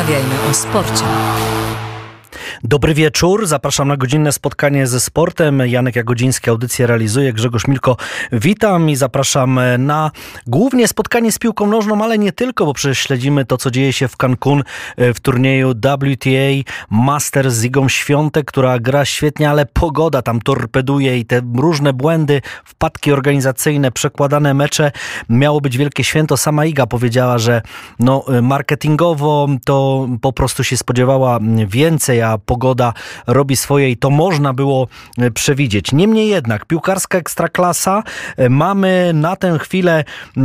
Porozmawiajmy o sporcie. Dobry wieczór, zapraszam na godzinne spotkanie ze sportem. Janek Jagodziński audycję realizuje, Grzegorz Milko witam i zapraszam na głównie spotkanie z piłką nożną, ale nie tylko, bo przecież śledzimy to, co dzieje się w Cancun w turnieju WTA Masters z Igą Świątek, która gra świetnie, ale pogoda tam torpeduje i te różne błędy, wpadki organizacyjne, przekładane mecze. Miało być wielkie święto. Sama Iga powiedziała, że marketingowo to po prostu się spodziewała więcej, a pogoda robi swoje i to można było przewidzieć. Niemniej jednak piłkarska ekstraklasa. Mamy na tę chwilę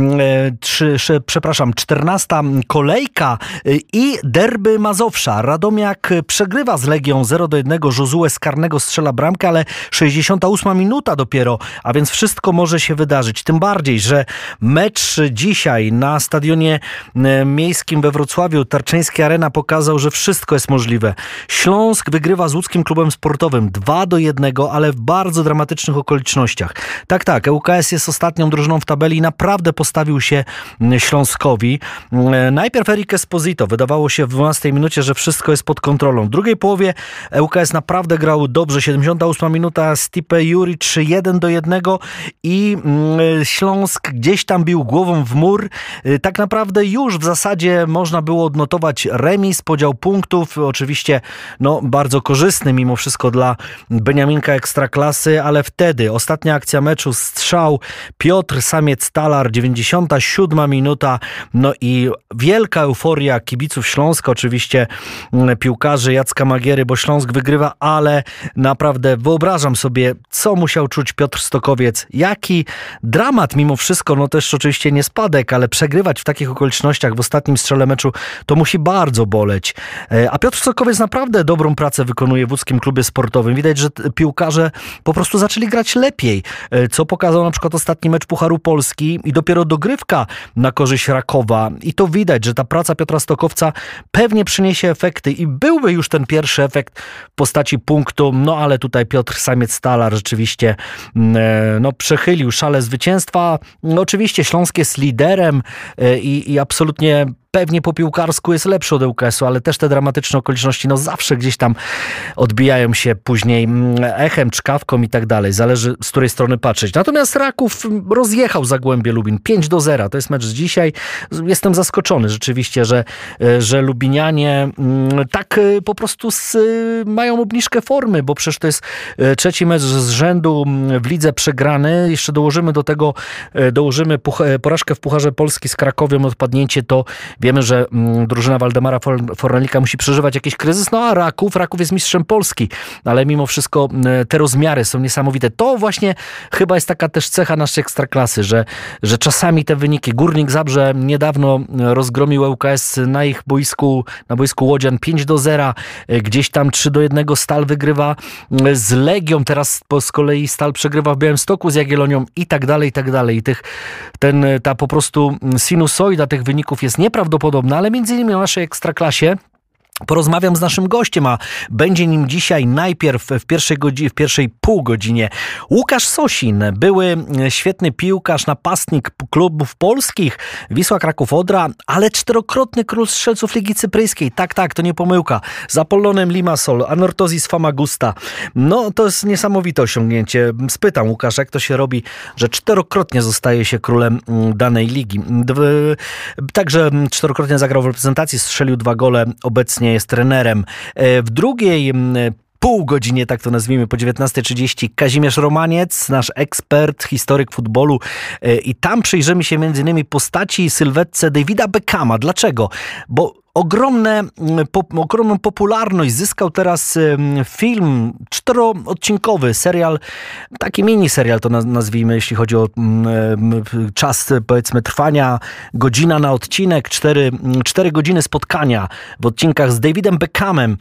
14. kolejka i derby Mazowsza. Radomiak przegrywa z Legią 0-1. Josue z karnego strzela bramkę, ale 68 minuta dopiero, a więc wszystko może się wydarzyć. Tym bardziej, że mecz dzisiaj na stadionie miejskim we Wrocławiu, Tarczyńska Arena, pokazał, że wszystko jest możliwe. Śląsk wygrywa z łódzkim klubem sportowym 2-1, ale w bardzo dramatycznych okolicznościach. Tak, ŁKS jest ostatnią drużyną w tabeli i naprawdę postawił się Śląskowi. Najpierw Erik Esposito. Wydawało się w 12 minucie, że wszystko jest pod kontrolą. W drugiej połowie ŁKS naprawdę grał dobrze. 78 minuta, Stipe Juric 1-1 i Śląsk gdzieś tam bił głową w mur. Tak naprawdę już w zasadzie można było odnotować remis, podział punktów. Oczywiście bardzo korzystny mimo wszystko dla Beniaminka Ekstraklasy, ale wtedy ostatnia akcja meczu, strzał Piotr Samiec-Talar, 97 minuta, i wielka euforia kibiców Śląska, oczywiście piłkarzy Jacka Magiery, bo Śląsk wygrywa, ale naprawdę wyobrażam sobie, co musiał czuć Piotr Stokowiec, jaki dramat mimo wszystko, też oczywiście nie spadek, ale przegrywać w takich okolicznościach w ostatnim strzale meczu, to musi bardzo boleć. A Piotr Stokowiec naprawdę dobrą pracę wykonuje w łódzkim klubie sportowym. Widać, że piłkarze po prostu zaczęli grać lepiej, co pokazał na przykład ostatni mecz Pucharu Polski i dopiero dogrywka na korzyść Rakowa. I to widać, że ta praca Piotra Stokowca pewnie przyniesie efekty i byłby już ten pierwszy efekt w postaci punktu, ale tutaj Piotr Samiec-Talar rzeczywiście przechylił szale zwycięstwa. Oczywiście Śląsk jest liderem i absolutnie pewnie po piłkarsku jest lepszy od ŁKS-u, ale też te dramatyczne okoliczności zawsze gdzieś tam odbijają się później echem, czkawką i tak dalej. Zależy, z której strony patrzeć. Natomiast Raków rozjechał Zagłębie Lubin 5-0. To jest mecz z dzisiaj. Jestem zaskoczony rzeczywiście, że Lubinianie tak po prostu mają obniżkę formy, bo przecież to jest trzeci mecz z rzędu w lidze przegrany. Jeszcze dołożymy do tego porażkę w Pucharze Polski z Krakowiem, odpadnięcie, to wiemy, że drużyna Waldemara Fornalika musi przeżywać jakiś kryzys, a Raków jest mistrzem Polski, ale mimo wszystko te rozmiary są niesamowite. To właśnie chyba jest taka też cecha naszej ekstraklasy, że czasami te wyniki, Górnik Zabrze niedawno rozgromił ŁKS na ich boisku, na boisku Łodzian 5-0, gdzieś tam 3-1 Stal wygrywa z Legią, teraz z kolei Stal przegrywa w Białymstoku z Jagiellonią i tak dalej, i tak dalej. Ta po prostu sinusoida tych wyników jest nieprawdopodobna, ale między innymi o naszej ekstraklasie porozmawiam z naszym gościem, a będzie nim dzisiaj najpierw w pierwszej półgodzinie Łukasz Sosin, były świetny piłkarz, napastnik klubów polskich, Wisła Kraków-Odra, ale 4-krotny król strzelców Ligi Cypryjskiej. Tak, to nie pomyłka. Z Apollonem Limassol, Anorthosis Famagusta. To jest niesamowite osiągnięcie. Spytam Łukasza, jak to się robi, że 4-krotnie zostaje się królem danej ligi. Także 4-krotnie zagrał w reprezentacji, strzelił 2 gole, obecnie jest trenerem. W drugiej półgodzinie, tak to nazwijmy, po 19:30 Kazimierz Romaniec, nasz ekspert, historyk futbolu i tam przyjrzymy się m.in. postaci i sylwetce Davida Beckhama. Dlaczego? Bo ogromną popularność zyskał teraz film 4-odcinkowy, serial, taki mini serial to nazwijmy, jeśli chodzi o czas, powiedzmy, trwania, godzina na odcinek, 4 godziny spotkania w odcinkach z Davidem Beckhamem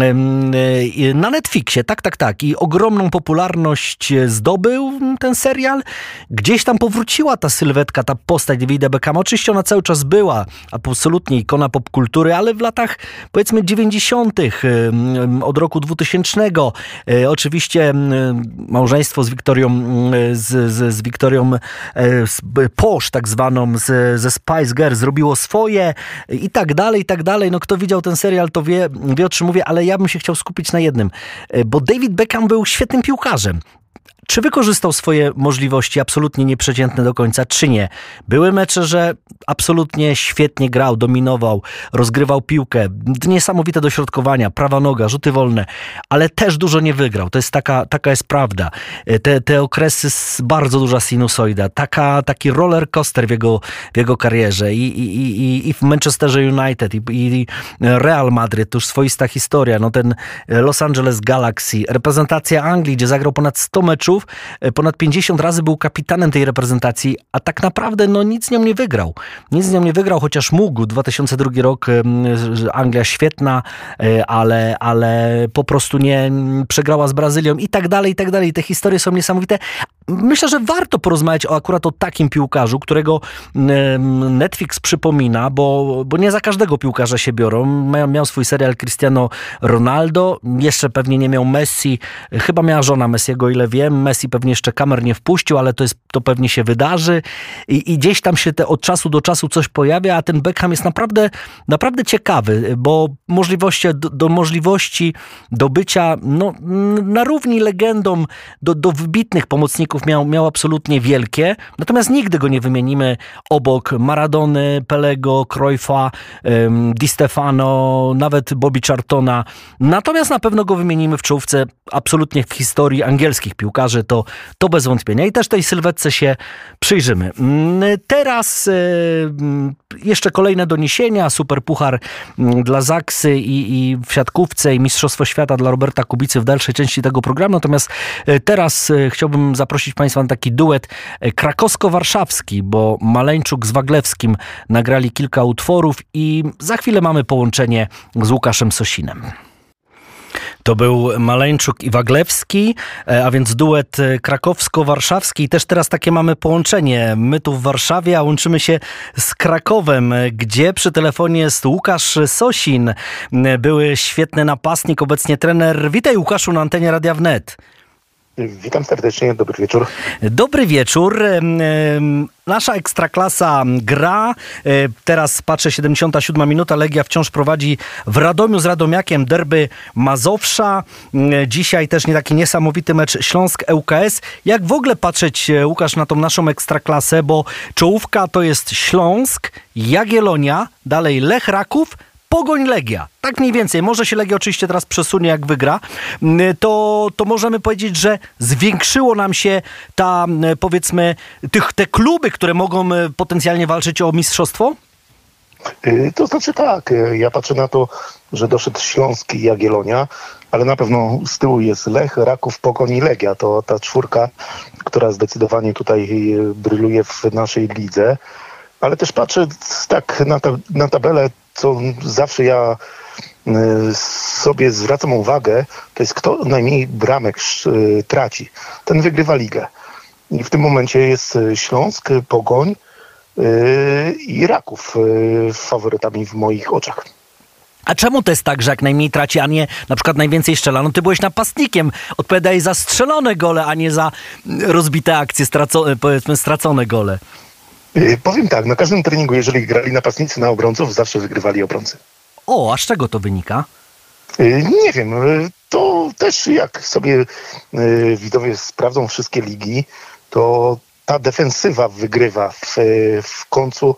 na Netflixie, tak. I ogromną popularność zdobył ten serial. Gdzieś tam powróciła ta sylwetka, ta postać Davida Beckhama. Oczywiście ona cały czas była absolutnie ikona popkultury, kultury, ale w latach powiedzmy 90. Od roku 2000. Oczywiście małżeństwo z Wiktorią, z Wiktorią Posz, tak zwaną, ze Spice Girls zrobiło swoje i tak dalej, i tak dalej. No kto widział ten serial, to wie o czym mówię, ale ja bym się chciał skupić na jednym, bo David Beckham był świetnym piłkarzem. Czy wykorzystał swoje możliwości absolutnie nieprzeciętne do końca, czy nie? Były mecze, że absolutnie świetnie grał, dominował, rozgrywał piłkę, niesamowite dośrodkowania, prawa noga, rzuty wolne, ale też dużo nie wygrał. To jest taka jest prawda. Te okresy, bardzo duża sinusoida, taki roller coaster w jego karierze i w Manchesterze United i Real Madryt, to już swoista historia. No ten Los Angeles Galaxy, reprezentacja Anglii, gdzie zagrał ponad 100 meczów, ponad 50 razy był kapitanem tej reprezentacji, a tak naprawdę nic z nią nie wygrał. Nic z nią nie wygrał, chociaż mógł. 2002 rok, Anglia świetna, ale po prostu nie przegrała z Brazylią i tak dalej, i tak dalej. Te historie są niesamowite. Myślę, że warto porozmawiać akurat o takim piłkarzu, którego Netflix przypomina, bo nie za każdego piłkarza się biorą. Miał swój serial Cristiano Ronaldo, jeszcze pewnie nie miał Messi, chyba miała żona Messiego, o ile wiem. Messi pewnie jeszcze kamer nie wpuścił, ale to pewnie się wydarzy i gdzieś tam się od czasu do czasu coś pojawia, a ten Beckham jest naprawdę ciekawy, bo możliwości do bycia na równi legendą do wybitnych pomocników miał absolutnie wielkie, natomiast nigdy go nie wymienimy obok Maradony, Pelego, Cruyffa, Di Stefano, nawet Bobby Charltona. Natomiast na pewno go wymienimy w czołówce absolutnie w historii angielskich piłkarzy, to bez wątpienia. I też tej sylwetce się przyjrzymy. Teraz jeszcze kolejne doniesienia. Superpuchar dla Zaksy i w siatkówce i Mistrzostwo Świata dla Roberta Kubicy w dalszej części tego programu. Natomiast teraz chciałbym zaprosić Państwa na taki duet krakowsko-warszawski, bo Maleńczuk z Waglewskim nagrali kilka utworów i za chwilę mamy połączenie z Łukaszem Sosinem. To był Maleńczuk i Waglewski, a więc duet krakowsko-warszawski. I też teraz takie mamy połączenie. My tu w Warszawie, a łączymy się z Krakowem, gdzie przy telefonie jest Łukasz Sosin. Były świetny napastnik, obecnie trener. Witaj, Łukaszu, na antenie Radia Wnet. Witam serdecznie, dobry wieczór. Dobry wieczór. Nasza Ekstraklasa gra. Teraz patrzę, 77 minuta. Legia wciąż prowadzi w Radomiu z Radomiakiem derby Mazowsza. Dzisiaj też nie taki niesamowity mecz Śląsk-ŁKS. Jak w ogóle patrzeć, Łukasz, na tą naszą Ekstraklasę, bo czołówka to jest Śląsk, Jagiellonia, dalej Lech Raków, Pogoń Legia. Tak mniej więcej. Może się Legia oczywiście teraz przesunie, jak wygra. To możemy powiedzieć, że zwiększyło nam się powiedzmy, te kluby, które mogą potencjalnie walczyć o mistrzostwo? To znaczy tak. Ja patrzę na to, że doszedł Śląsk i Jagiellonia, ale na pewno z tyłu jest Lech, Raków, Pogoń i Legia. To ta czwórka, która zdecydowanie tutaj bryluje w naszej lidze. Ale też patrzę tak na tabelę, co zawsze ja sobie zwracam uwagę, to jest kto najmniej bramek traci. Ten wygrywa ligę. I w tym momencie jest Śląsk, Pogoń i Raków faworytami w moich oczach. A czemu to jest tak, że jak najmniej traci, a nie na przykład najwięcej strzela? No ty byłeś napastnikiem, odpowiadaj za strzelone gole, a nie za rozbite akcje, stracone gole. Powiem tak, na każdym treningu, jeżeli grali napastnicy na obrońców, zawsze wygrywali obrońcy. O, a z czego to wynika? Nie wiem, to też jak sobie widzowie sprawdzą wszystkie ligi, to ta defensywa wygrywa w końcu,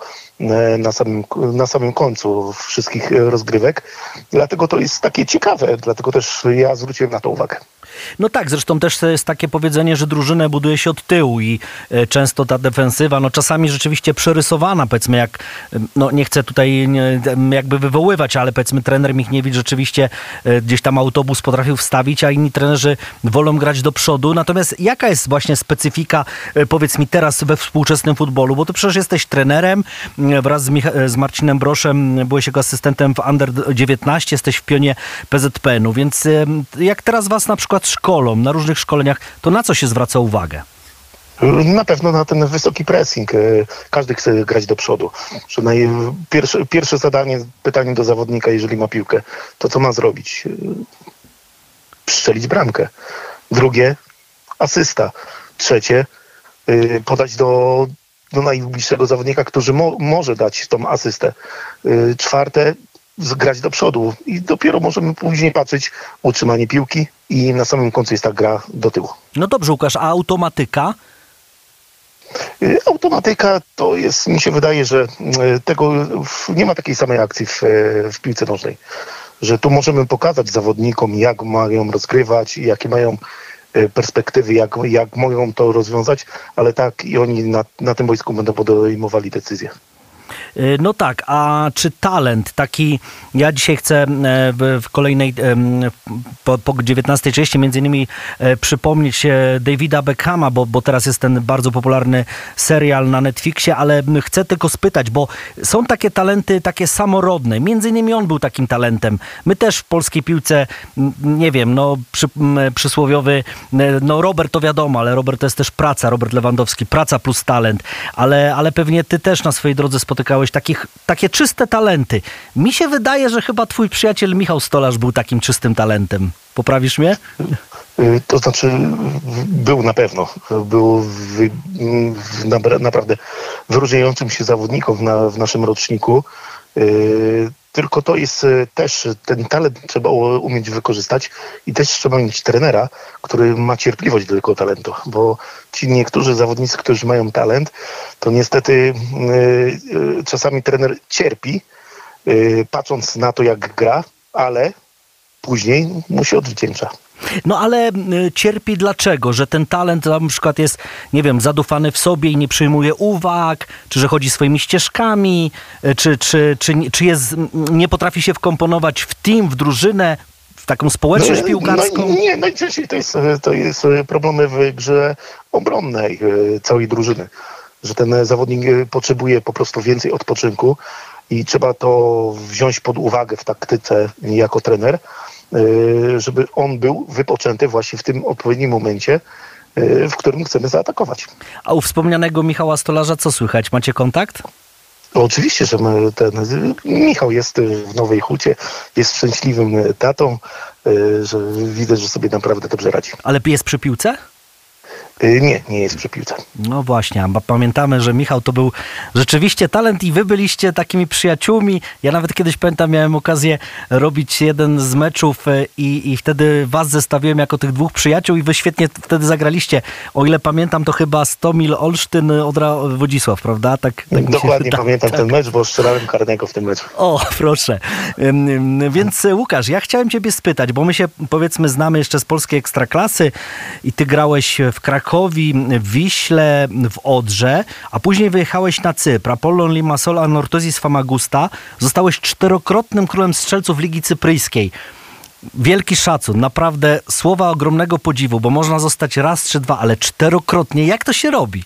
na samym końcu wszystkich rozgrywek. Dlatego to jest takie ciekawe, dlatego też ja zwróciłem na to uwagę. No tak, zresztą też jest takie powiedzenie, że drużynę buduje się od tyłu i często ta defensywa, czasami rzeczywiście przerysowana, powiedzmy jak, nie chcę tutaj jakby wywoływać, ale powiedzmy trener Michniewicz rzeczywiście gdzieś tam autobus potrafił wstawić, a inni trenerzy wolą grać do przodu. Natomiast jaka jest właśnie specyfika, powiedz mi teraz we współczesnym futbolu, bo ty przecież jesteś trenerem, wraz z Marcinem Broszem byłeś jego asystentem w Under 19, jesteś w pionie PZPN-u, więc jak teraz was na przykład szkolą, na różnych szkoleniach, to na co się zwraca uwagę? Na pewno na ten wysoki pressing. Każdy chce grać do przodu. Że pierwsze zadanie, pytanie do zawodnika, jeżeli ma piłkę, to co ma zrobić? Strzelić bramkę. Drugie, asysta. Trzecie, podać do najbliższego zawodnika, który może dać tą asystę. Czwarte, grać do przodu i dopiero możemy później patrzeć utrzymanie piłki i na samym końcu jest ta gra do tyłu. No dobrze, Łukasz, a automatyka? Automatyka to jest, mi się wydaje, że nie ma takiej samej akcji w piłce nożnej. Że tu możemy pokazać zawodnikom, jak mają rozgrywać, jakie mają perspektywy, jak mogą to rozwiązać, ale tak i oni na tym boisku będą podejmowali decyzje. No tak, a czy talent taki, ja dzisiaj chcę w kolejnej, po 19:30 między innymi przypomnieć Davida Beckhama, bo teraz jest ten bardzo popularny serial na Netflixie, ale chcę tylko spytać, bo są takie talenty, takie samorodne, między innymi on był takim talentem. My też w polskiej piłce, nie wiem, przysłowiowy, Robert to wiadomo, ale Robert to jest też praca, Robert Lewandowski, praca plus talent, ale pewnie ty też na swojej drodze spotykałeś takie czyste talenty. Mi się wydaje, że chyba twój przyjaciel Michał Stolarz był takim czystym talentem. Poprawisz mnie? To znaczy był na pewno. Był naprawdę wyróżniającym się zawodnikiem w naszym roczniku. Tylko to jest też, ten talent trzeba umieć wykorzystać i też trzeba mieć trenera, który ma cierpliwość do tego talentu, bo ci niektórzy zawodnicy, którzy mają talent, to niestety czasami trener cierpi, patrząc na to, jak gra, ale później mu się odwdzięcza. No ale cierpi dlaczego? Że ten talent na przykład jest, nie wiem, zadufany w sobie i nie przyjmuje uwag, czy że chodzi swoimi ścieżkami, czy nie potrafi się wkomponować w team, w drużynę, w taką społeczność piłkarską? Nie, najczęściej to jest problemy w grze obronnej całej drużyny. Że ten zawodnik potrzebuje po prostu więcej odpoczynku i trzeba to wziąć pod uwagę w taktyce jako trener, żeby on był wypoczęty właśnie w tym odpowiednim momencie, w którym chcemy zaatakować. A u wspomnianego Michała Stolarza co słychać? Macie kontakt? Oczywiście, że Michał jest w Nowej Hucie, jest szczęśliwym tatą, że widzę, że sobie naprawdę dobrze radzi. Ale jest przy piłce? Nie jest przy piłce. No właśnie, bo pamiętamy, że Michał to był rzeczywiście talent i wy byliście takimi przyjaciółmi. Ja nawet kiedyś pamiętam, miałem okazję robić jeden z meczów i wtedy was zestawiłem jako tych dwóch przyjaciół i wy świetnie wtedy zagraliście. O ile pamiętam, to chyba Stomil Olsztyn, Odra Wodzisław, prawda? Tak dokładnie pamiętam ten mecz, bo strzelałem karnego w tym meczu. O, proszę. Więc Łukasz, ja chciałem ciebie spytać, bo my się powiedzmy znamy jeszcze z polskiej Ekstraklasy i ty grałeś w Krakowie, w Wiśle, w Odrze, a później wyjechałeś na Cypr. Apollon Limassol Anorthosis Famagusta. Zostałeś 4-krotnym królem strzelców Ligi Cypryjskiej. Wielki szacun, naprawdę słowa ogromnego podziwu, bo można zostać raz czy dwa, ale 4-krotnie. Jak to się robi?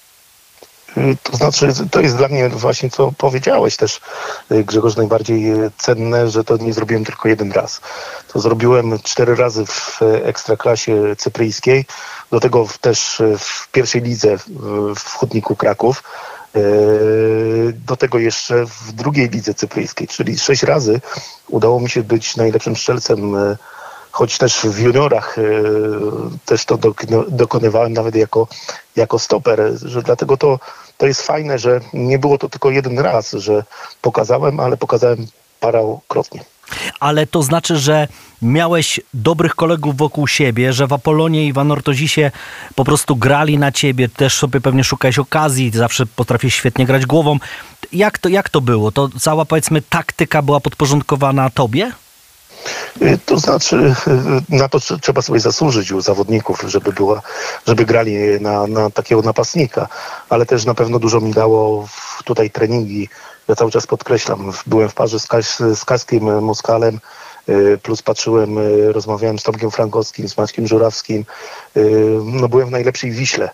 To znaczy, to jest dla mnie właśnie, co powiedziałeś też, Grzegorz, najbardziej cenne, że to nie zrobiłem tylko jeden raz. To zrobiłem 4 razy w Ekstraklasie cypryjskiej, do tego też w pierwszej lidze w Hutniku Kraków, do tego jeszcze w drugiej lidze cypryjskiej, czyli 6 razy udało mi się być najlepszym strzelcem, choć też w juniorach też to dokonywałem nawet jako stoper, że dlatego to jest fajne, że nie było to tylko jeden raz, że pokazałem, ale pokazałem parokrotnie. Ale to znaczy, że miałeś dobrych kolegów wokół siebie, że w Apollonie i w Anorthosisie po prostu grali na ciebie, też sobie pewnie szukałeś okazji, zawsze potrafisz świetnie grać głową. Jak to było? To cała, powiedzmy, taktyka była podporządkowana tobie? To znaczy, na to trzeba sobie zasłużyć u zawodników, żeby grali na takiego napastnika, ale też na pewno dużo mi dało tutaj treningi. Ja cały czas podkreślam, byłem w parze z Kaskiem Muskalem, plus patrzyłem, rozmawiałem z Tomkiem Frankowskim, z Maćkiem Żurawskim. No byłem w najlepszej Wiśle.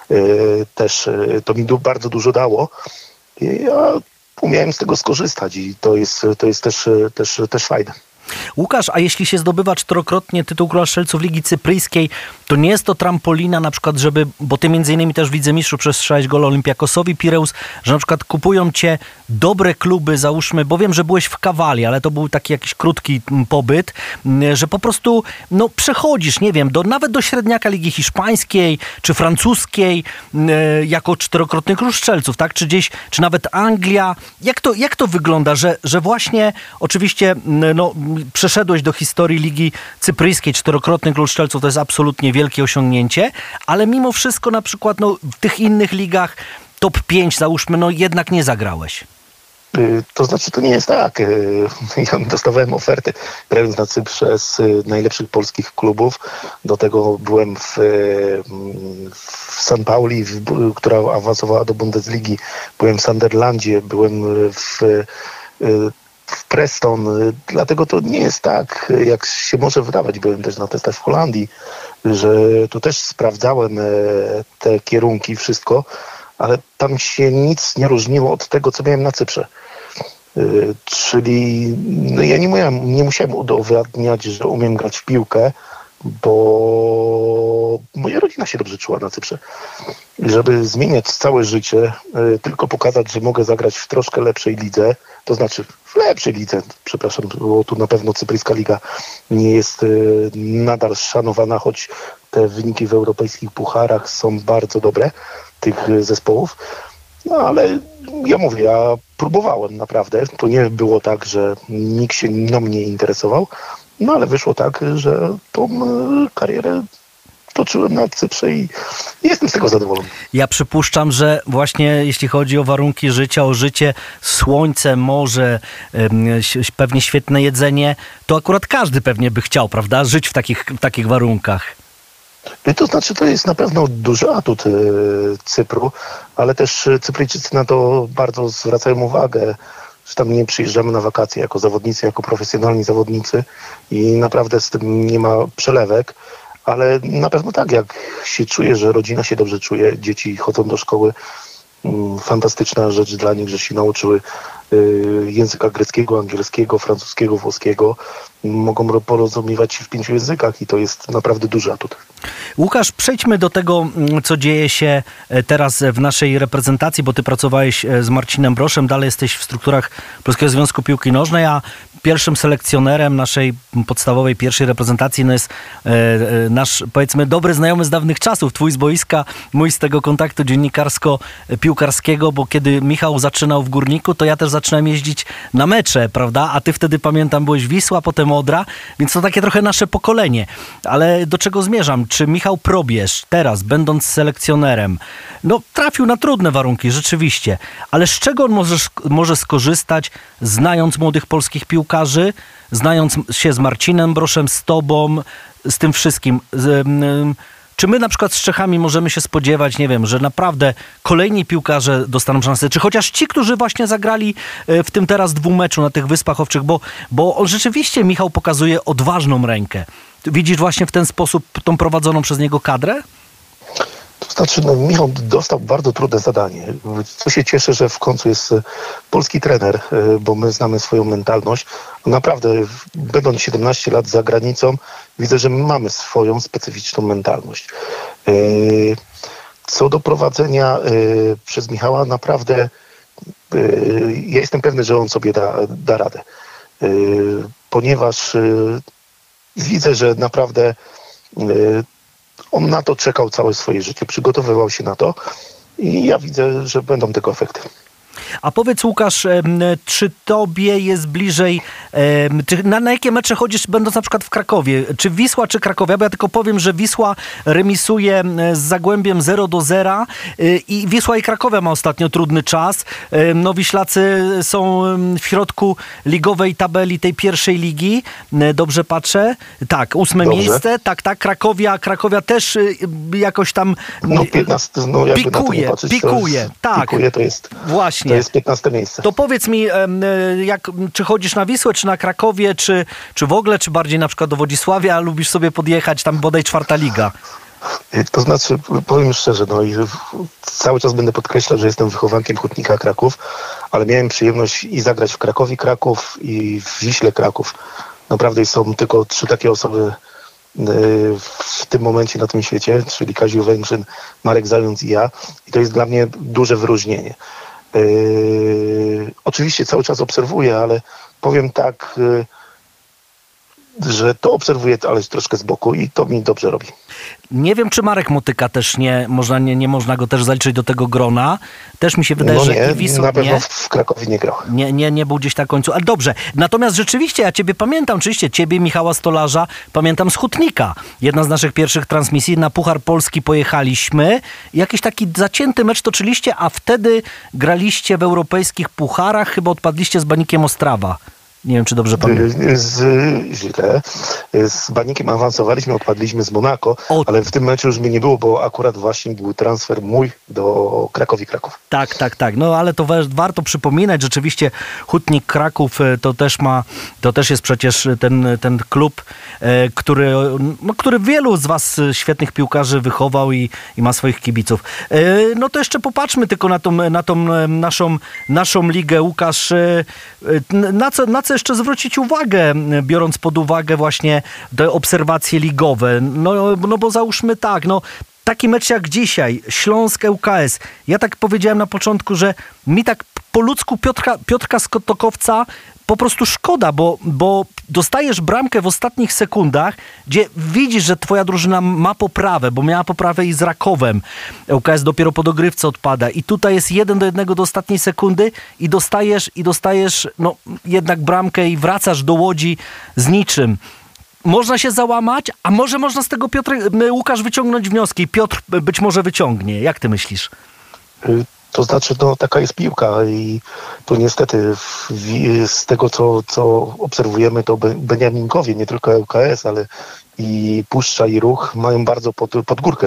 Też to mi bardzo dużo dało. Ja umiałem z tego skorzystać i to jest też fajne. Łukasz, a jeśli się zdobywa 4-krotnie tytuł Króla Strzelców Ligi Cypryjskiej, to nie jest to trampolina na przykład, żeby, bo ty między innymi też wicemistrzów przestrzelałeś gol Olympiakosowi Pireus, że na przykład kupują cię dobre kluby, załóżmy, bo wiem, że byłeś w Kawali, ale to był taki jakiś krótki pobyt, że po prostu przechodzisz, nie wiem, nawet do średniaka Ligi Hiszpańskiej czy francuskiej jako 4-krotny Król Strzelców, tak? Czy nawet Anglia. Jak to wygląda, że właśnie oczywiście przeszedłeś do historii Ligi Cypryjskiej, 4-krotny Król Strzelców, to jest absolutnie wielkie osiągnięcie, ale mimo wszystko na przykład w tych innych ligach top 5 załóżmy, jednak nie zagrałeś. To znaczy, to nie jest tak. Ja dostawałem oferty grając na Cyprze z najlepszych polskich klubów. Do tego byłem w San Pauli, która awansowała do Bundesligi. Byłem w Sunderlandzie, byłem w Preston. Dlatego to nie jest tak, jak się może wydawać. Byłem też na testach w Holandii, że tu też sprawdzałem te kierunki, wszystko, ale tam się nic nie różniło od tego, co miałem na Cyprze. Czyli ja nie musiałem udowadniać, że umiem grać w piłkę, bo moja rodzina się dobrze czuła na Cyprze. I żeby zmieniać całe życie, tylko pokazać, że mogę zagrać w troszkę lepszej lidze, to znaczy w lepszej lidze, przepraszam, bo tu na pewno cypryjska liga nie jest nadal szanowana, choć te wyniki w europejskich pucharach są bardzo dobre tych zespołów. Ale ja próbowałem naprawdę. To nie było tak, że nikt się mnie interesował, ale wyszło tak, że tą karierę toczyłem na Cyprze i jestem z tego zadowolony. Ja przypuszczam, że właśnie jeśli chodzi o warunki życia, o życie, słońce, morze, pewnie świetne jedzenie, to akurat każdy pewnie by chciał, prawda, żyć w takich warunkach. To znaczy, to jest na pewno duży atut Cypru, ale też Cypryjczycy na to bardzo zwracają uwagę, że tam nie przyjeżdżamy na wakacje jako zawodnicy, jako profesjonalni zawodnicy i naprawdę z tym nie ma przelewek, ale na pewno tak, jak się czuje, że rodzina się dobrze czuje, dzieci chodzą do szkoły, fantastyczna rzecz dla nich, że się nauczyły języka greckiego, angielskiego, francuskiego, włoskiego. Mogą porozumiewać się w 5 językach i to jest naprawdę duży atut. Łukasz, przejdźmy do tego, co dzieje się teraz w naszej reprezentacji, bo ty pracowałeś z Marcinem Broszem, dalej jesteś w strukturach Polskiego Związku Piłki Nożnej, a pierwszym selekcjonerem naszej podstawowej pierwszej reprezentacji jest nasz, powiedzmy, dobry znajomy z dawnych czasów, twój z boiska, mój z tego kontaktu dziennikarsko-piłkarskiego, bo kiedy Michał zaczynał w Górniku, to ja też zaczynałem jeździć na mecze, prawda? A ty wtedy, pamiętam, byłeś Wisła, potem Odra, więc to takie trochę nasze pokolenie. Ale do czego zmierzam? Czy Michał Probierz teraz, będąc selekcjonerem, trafił na trudne warunki, rzeczywiście, ale z czego on może skorzystać, znając młodych polskich piłkarzy, znając się z Marcinem Broszem, z tobą, z tym wszystkim? Czy my na przykład z Czechami możemy się spodziewać, nie wiem, że naprawdę kolejni piłkarze dostaną szansę, czy chociaż ci, którzy właśnie zagrali w tym teraz dwumeczu na tych Wyspach Owczych, bo on rzeczywiście, Michał, pokazuje odważną rękę. Widzisz właśnie w ten sposób tą prowadzoną przez niego kadrę? To znaczy, Michał dostał bardzo trudne zadanie. Co się cieszę, że w końcu jest polski trener, bo my znamy swoją mentalność. Naprawdę, będąc 17 lat za granicą, widzę, że mamy swoją specyficzną mentalność. Co do prowadzenia przez Michała, naprawdę ja jestem pewny, że on sobie da radę. Ponieważ widzę, że naprawdę on na to czekał całe swoje życie, przygotowywał się na to i ja widzę, że będą tego efekty. A powiedz, Łukasz, czy tobie jest bliżej, na jakie mecze chodzisz, będąc na przykład w Krakowie? Czy Wisła, czy Krakowie? Bo ja tylko powiem, że Wisła remisuje z Zagłębiem 0-0 i Wisła i Krakowia ma ostatnio trudny czas. Wiślacy są w środku ligowej tabeli tej pierwszej ligi. Dobrze patrzę? Tak, 8 miejsce. Tak, Krakowia też jakoś tam 15, pikuje. Tak. Pikuje, to jest... Właśnie. To jest 15 miejsce. To powiedz mi, czy chodzisz na Wisłę, czy na Krakowie, czy w ogóle, czy bardziej na przykład do Wodzisławia, lubisz sobie podjechać, tam bodaj 4. liga? To znaczy, powiem szczerze, i cały czas będę podkreślał, że jestem wychowankiem Hutnika Kraków, ale miałem przyjemność i zagrać w Krakowie Kraków i w Wiśle Kraków. naprawdę są tylko 3 takie osoby w tym momencie na tym świecie, czyli Kaziu Węgrzyn, Marek Zając i ja. I to jest dla mnie duże wyróżnienie. Oczywiście cały czas obserwuję, ale powiem tak, że to obserwuję, ale troszkę z boku i to mi dobrze robi. Nie wiem, czy Marek Motyka też nie można go też zaliczyć do tego grona. Też mi się wydaje, że Kiwisu, na pewno w Krakowie nie grał. Nie był gdzieś na końcu. Ale dobrze. Natomiast rzeczywiście ja ciebie pamiętam, oczywiście ciebie, Michała Stolarza, pamiętam z Hutnika. Jedna z naszych pierwszych transmisji. Na Puchar Polski pojechaliśmy. Jakiś taki zacięty mecz toczyliście, a wtedy graliście w europejskich pucharach. Chyba odpadliście z Banikiem Ostrawa. Nie wiem, czy dobrze pamiętam. Źle. Z Banikiem awansowaliśmy, odpadliśmy z Monako, ale w tym meczu już mnie nie było, bo akurat właśnie był transfer mój do Kraków. Tak. No ale to warto przypominać. Rzeczywiście Hutnik Kraków to też jest przecież ten klub, który wielu z was świetnych piłkarzy wychował i ma swoich kibiców. No to jeszcze popatrzmy tylko na tą naszą ligę. Łukasz, na co jeszcze zwrócić uwagę, biorąc pod uwagę właśnie te obserwacje ligowe? No bo załóżmy tak, taki mecz jak dzisiaj, Śląsk ŁKS. Ja tak powiedziałem na początku, że mi tak po ludzku Piotrka Skotokowca po prostu szkoda, bo dostajesz bramkę w ostatnich sekundach, gdzie widzisz, że twoja drużyna ma poprawę, bo miała poprawę i z Rakowem. ŁKS dopiero po dogrywce odpada i tutaj jest 1-1 do ostatniej sekundy i dostajesz jednak bramkę i wracasz do Łodzi z niczym. Można się załamać, a może można z tego Łukasz wyciągnąć wnioski. Piotr być może wyciągnie. Jak ty myślisz? To znaczy, taka jest piłka i tu niestety z tego, co obserwujemy, to Beniaminkowie, nie tylko ŁKS, ale i Puszcza i Ruch mają bardzo pod górkę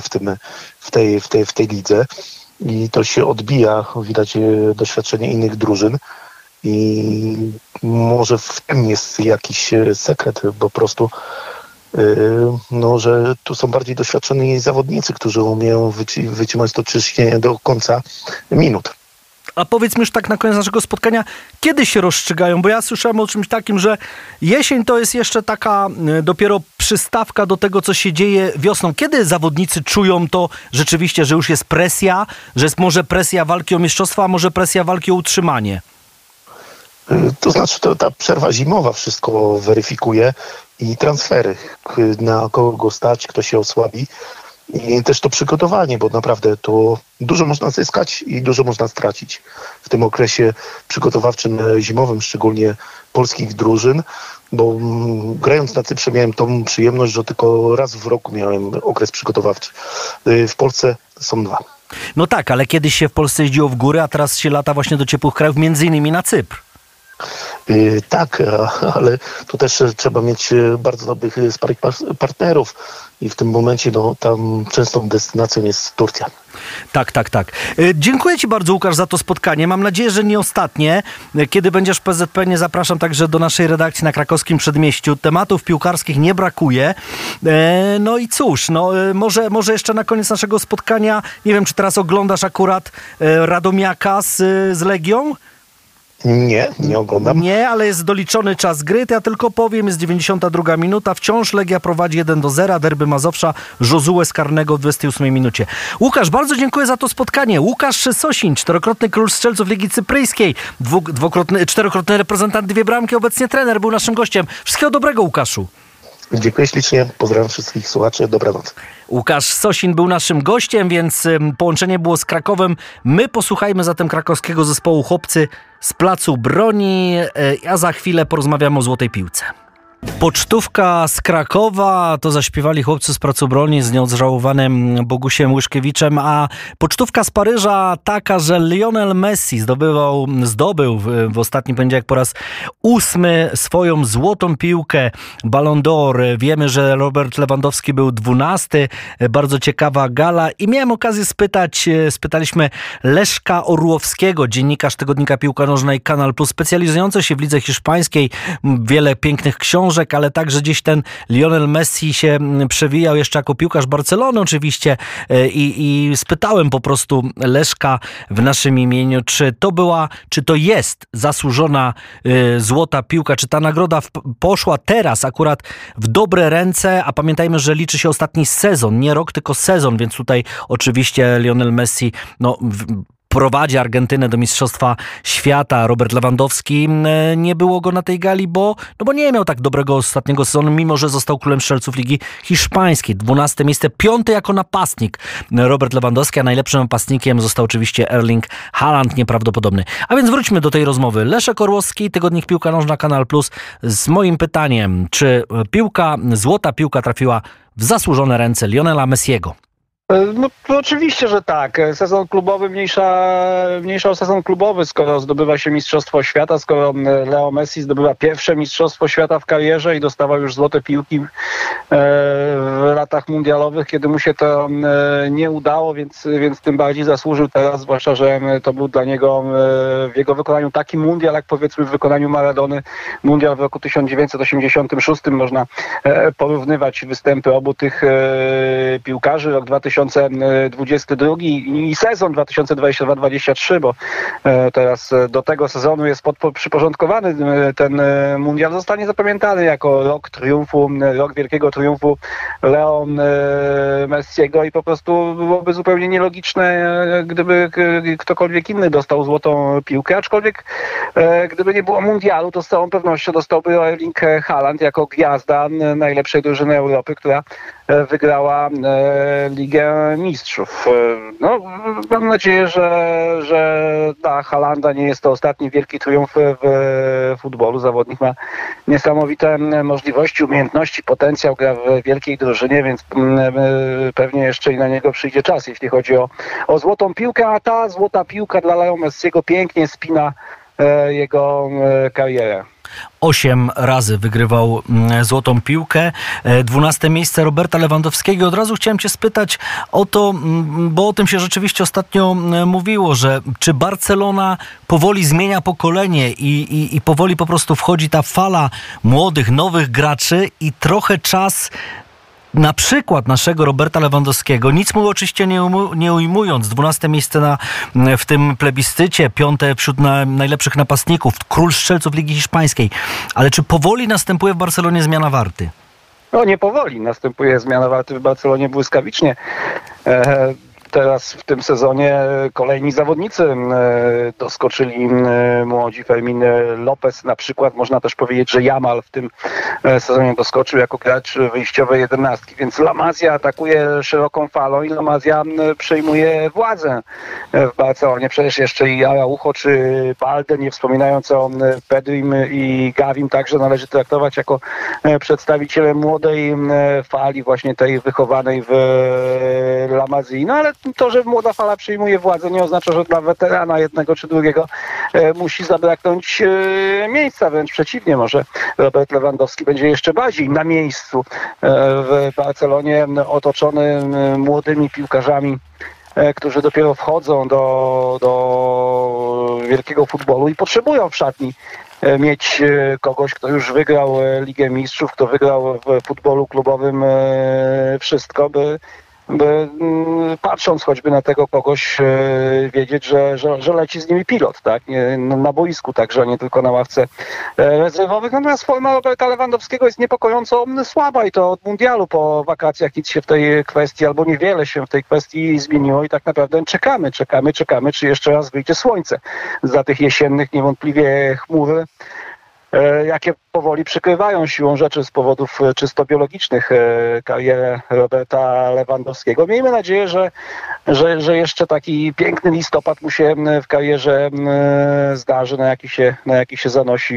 w tej lidze i to się odbija, widać doświadczenie innych drużyn i może w tym jest jakiś sekret, po prostu że tu są bardziej doświadczeni zawodnicy, którzy umieją wytrzymać to ciśnienie do końca minut. A powiedz mi już tak na koniec naszego spotkania, kiedy się rozstrzygają? Bo ja słyszałem o czymś takim, że jesień to jest jeszcze taka dopiero przystawka do tego, co się dzieje wiosną. Kiedy zawodnicy czują to rzeczywiście, że już jest presja, że jest może presja walki o mistrzostwa, a może presja walki o utrzymanie? To znaczy, ta przerwa zimowa wszystko weryfikuje i transfery, na kogo stać, kto się osłabi i też to przygotowanie, bo naprawdę to dużo można zyskać i dużo można stracić w tym okresie przygotowawczym zimowym, szczególnie polskich drużyn, bo grając na Cyprze miałem tą przyjemność, że tylko raz w roku miałem okres przygotowawczy. W Polsce są 2. No tak, ale kiedyś się w Polsce jeździło w góry, a teraz się lata właśnie do ciepłych krajów, między innymi na Cypr. Tak, ale tu też trzeba mieć bardzo dobrych partnerów i w tym momencie tam częstą destynacją jest Turcja. Tak. Dziękuję ci bardzo, Łukasz, za to spotkanie. Mam nadzieję, że nie ostatnie. Kiedy będziesz w PZPN, zapraszam także do naszej redakcji na Krakowskim Przedmieściu. Tematów piłkarskich nie brakuje. No i cóż, może jeszcze na koniec naszego spotkania, nie wiem, czy teraz oglądasz akurat Radomiaka z Legią? Nie oglądam. Nie, ale jest doliczony czas gry. Ja tylko powiem, jest 92 minuta. Wciąż Legia prowadzi 1-0. Derby Mazowsza, Josue z karnego w 28 minucie. Łukasz, bardzo dziękuję za to spotkanie. Łukasz Sosin, 4-krotny król strzelców Ligi Cypryjskiej, 4-krotny reprezentant, 2 bramki, obecnie trener, był naszym gościem. Wszystkiego dobrego, Łukaszu. Dziękuję ślicznie, pozdrawiam wszystkich słuchaczy, dobranoc. Łukasz Sosin był naszym gościem, więc połączenie było z Krakowem. My posłuchajmy zatem krakowskiego zespołu Chłopcy z Placu Broni, a za chwilę porozmawiamy o złotej piłce. Pocztówka z Krakowa, to zaśpiewali Chłopcy z Placu Broni z nieodżałowanym Bogusiem Łyszkiewiczem, a pocztówka z Paryża taka, że Lionel Messi zdobył w ostatni poniedziałek po raz 8 swoją złotą piłkę Ballon d'Or. Wiemy, że Robert Lewandowski był 12. Bardzo ciekawa gala i miałem okazję spytaliśmy Leszka Orłowskiego, dziennikarz tygodnika Piłka Nożna i Kanal Plus, specjalizujący się w lidze hiszpańskiej, wiele pięknych książek książek, ale także gdzieś ten Lionel Messi się przewijał jeszcze jako piłkarz Barcelony oczywiście i spytałem po prostu Leszka w naszym imieniu, czy to jest zasłużona złota piłka, czy ta nagroda poszła teraz akurat w dobre ręce, a pamiętajmy, że liczy się ostatni sezon, nie rok, tylko sezon, więc tutaj oczywiście Lionel Messi prowadzi Argentynę do Mistrzostwa Świata. Robert Lewandowski, nie było go na tej gali, bo nie miał tak dobrego ostatniego sezonu, mimo że został królem strzelców Ligi Hiszpańskiej. 12 miejsce, 5 jako napastnik Robert Lewandowski, a najlepszym napastnikiem został oczywiście Erling Haaland, nieprawdopodobny. A więc wróćmy do tej rozmowy. Leszek Orłowski, Tygodnik Piłka Nożna, Kanal Plus, z moim pytaniem, czy złota piłka trafiła w zasłużone ręce Lionela Messiego? No to oczywiście, że tak. Sezon klubowy mniejsza o sezon klubowy, skoro zdobywa się Mistrzostwo Świata, skoro Leo Messi zdobywa pierwsze Mistrzostwo Świata w karierze i dostawał już złote piłki w latach mundialowych, kiedy mu się to nie udało, więc tym bardziej zasłużył teraz, zwłaszcza, że to był dla niego w jego wykonaniu taki mundial, jak powiedzmy w wykonaniu Maradony, mundial w roku 1986. Można porównywać występy obu tych piłkarzy. Rok 2022 i sezon 2022-2023, bo teraz do tego sezonu jest przyporządkowany ten mundial, zostanie zapamiętany jako rok triumfu, rok wielkiego triumfu Leo Messiego i po prostu byłoby zupełnie nielogiczne, gdyby ktokolwiek inny dostał złotą piłkę, aczkolwiek gdyby nie było mundialu, to z całą pewnością dostałby Erling Haaland jako gwiazda najlepszej drużyny Europy, która wygrała Ligę Mistrzów. No, mam nadzieję, że dla Haalanda nie jest to ostatni wielki triumf w futbolu. Zawodnik ma niesamowite możliwości, umiejętności, potencjał, gra w wielkiej drużynie, więc pewnie jeszcze i na niego przyjdzie czas, jeśli chodzi o złotą piłkę, a ta złota piłka dla Leo Messiego pięknie spina jego karierę. 8 razy wygrywał złotą piłkę. 12 miejsce Roberta Lewandowskiego. Od razu chciałem cię spytać o to, bo o tym się rzeczywiście ostatnio mówiło, że czy Barcelona powoli zmienia pokolenie i powoli po prostu wchodzi ta fala młodych, nowych graczy i trochę czas na przykład naszego Roberta Lewandowskiego, nic mu oczywiście nie ujmując, 12 miejsce w tym plebiscycie, 5 wśród najlepszych napastników, król strzelców Ligi Hiszpańskiej. Ale czy powoli następuje w Barcelonie zmiana warty? No nie powoli następuje zmiana warty w Barcelonie, błyskawicznie. Teraz w tym sezonie kolejni zawodnicy doskoczyli młodzi. Fermin Lopez na przykład, można też powiedzieć, że Yamal w tym sezonie doskoczył jako gracz wyjściowej 11, więc La Masia atakuje szeroką falą i La Masia przejmuje władzę w Barcelonie. Przecież jeszcze i Araujo czy Balde, nie wspominając o Pedrim i Gavim, także należy traktować jako przedstawiciele młodej fali, właśnie tej wychowanej w La Masii. No ale to, że młoda fala przyjmuje władzę, nie oznacza, że dla weterana jednego czy drugiego musi zabraknąć miejsca. Wręcz przeciwnie, może Robert Lewandowski będzie jeszcze bardziej na miejscu w Barcelonie, otoczony młodymi piłkarzami, którzy dopiero wchodzą do wielkiego futbolu i potrzebują w szatni mieć kogoś, kto już wygrał Ligę Mistrzów, kto wygrał w futbolu klubowym wszystko, by patrząc choćby na tego kogoś wiedzieć, że leci z nimi pilot, tak? Na boisku także, a nie tylko na ławce rezerwowych. Natomiast forma Roberta Lewandowskiego jest niepokojąco słaba i to od mundialu po wakacjach nic się w tej kwestii, albo niewiele się w tej kwestii zmieniło i tak naprawdę czekamy, czy jeszcze raz wyjdzie słońce za tych jesiennych niewątpliwie chmur, jakie powoli przykrywają siłą rzeczy z powodów czysto biologicznych karierę Roberta Lewandowskiego. Miejmy nadzieję, że jeszcze taki piękny listopad mu się w karierze zdarzy, na jaki się zanosi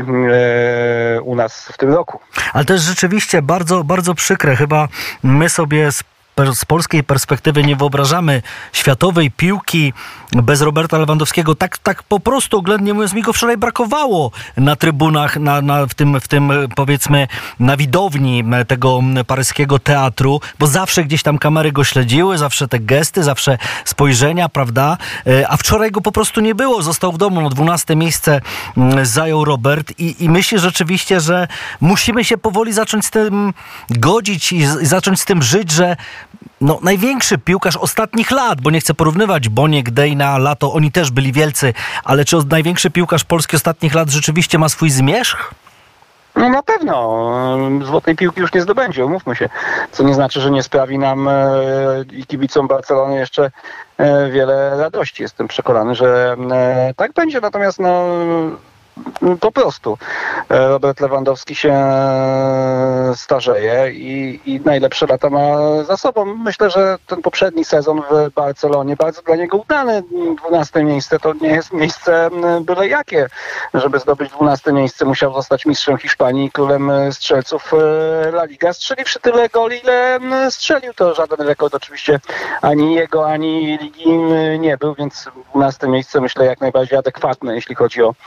u nas w tym roku. Ale też rzeczywiście bardzo, bardzo przykre. Chyba my sobie z polskiej perspektywy nie wyobrażamy światowej piłki bez Roberta Lewandowskiego. Tak po prostu, oględnie mówiąc, mi go wczoraj brakowało na trybunach, w tym powiedzmy na widowni tego paryskiego teatru, bo zawsze gdzieś tam kamery go śledziły, zawsze te gesty, zawsze spojrzenia, prawda? A wczoraj go po prostu nie było. Został w domu. 12 miejsce zajął Robert i myślę rzeczywiście, że musimy się powoli zacząć z tym godzić i zacząć z tym żyć, że największy piłkarz ostatnich lat, bo nie chcę porównywać Boniek, Dejna, Lato, oni też byli wielcy, ale czy największy piłkarz Polski ostatnich lat rzeczywiście ma swój zmierzch? No na pewno. Złotej piłki już nie zdobędzie, umówmy się. Co nie znaczy, że nie sprawi nam i kibicom Barcelony jeszcze wiele radości. Jestem przekonany, że tak będzie. Natomiast po prostu Robert Lewandowski się starzeje i najlepsze lata ma za sobą. Myślę, że ten poprzedni sezon w Barcelonie, bardzo dla niego udany, 12 miejsce, to nie jest miejsce byle jakie. Żeby zdobyć 12 miejsce, musiał zostać mistrzem Hiszpanii i królem strzelców La Liga. Strzeliwszy tyle goli, ile strzelił, to żaden rekord oczywiście ani jego, ani ligi nie był, więc 12 miejsce myślę jak najbardziej adekwatne, jeśli chodzi o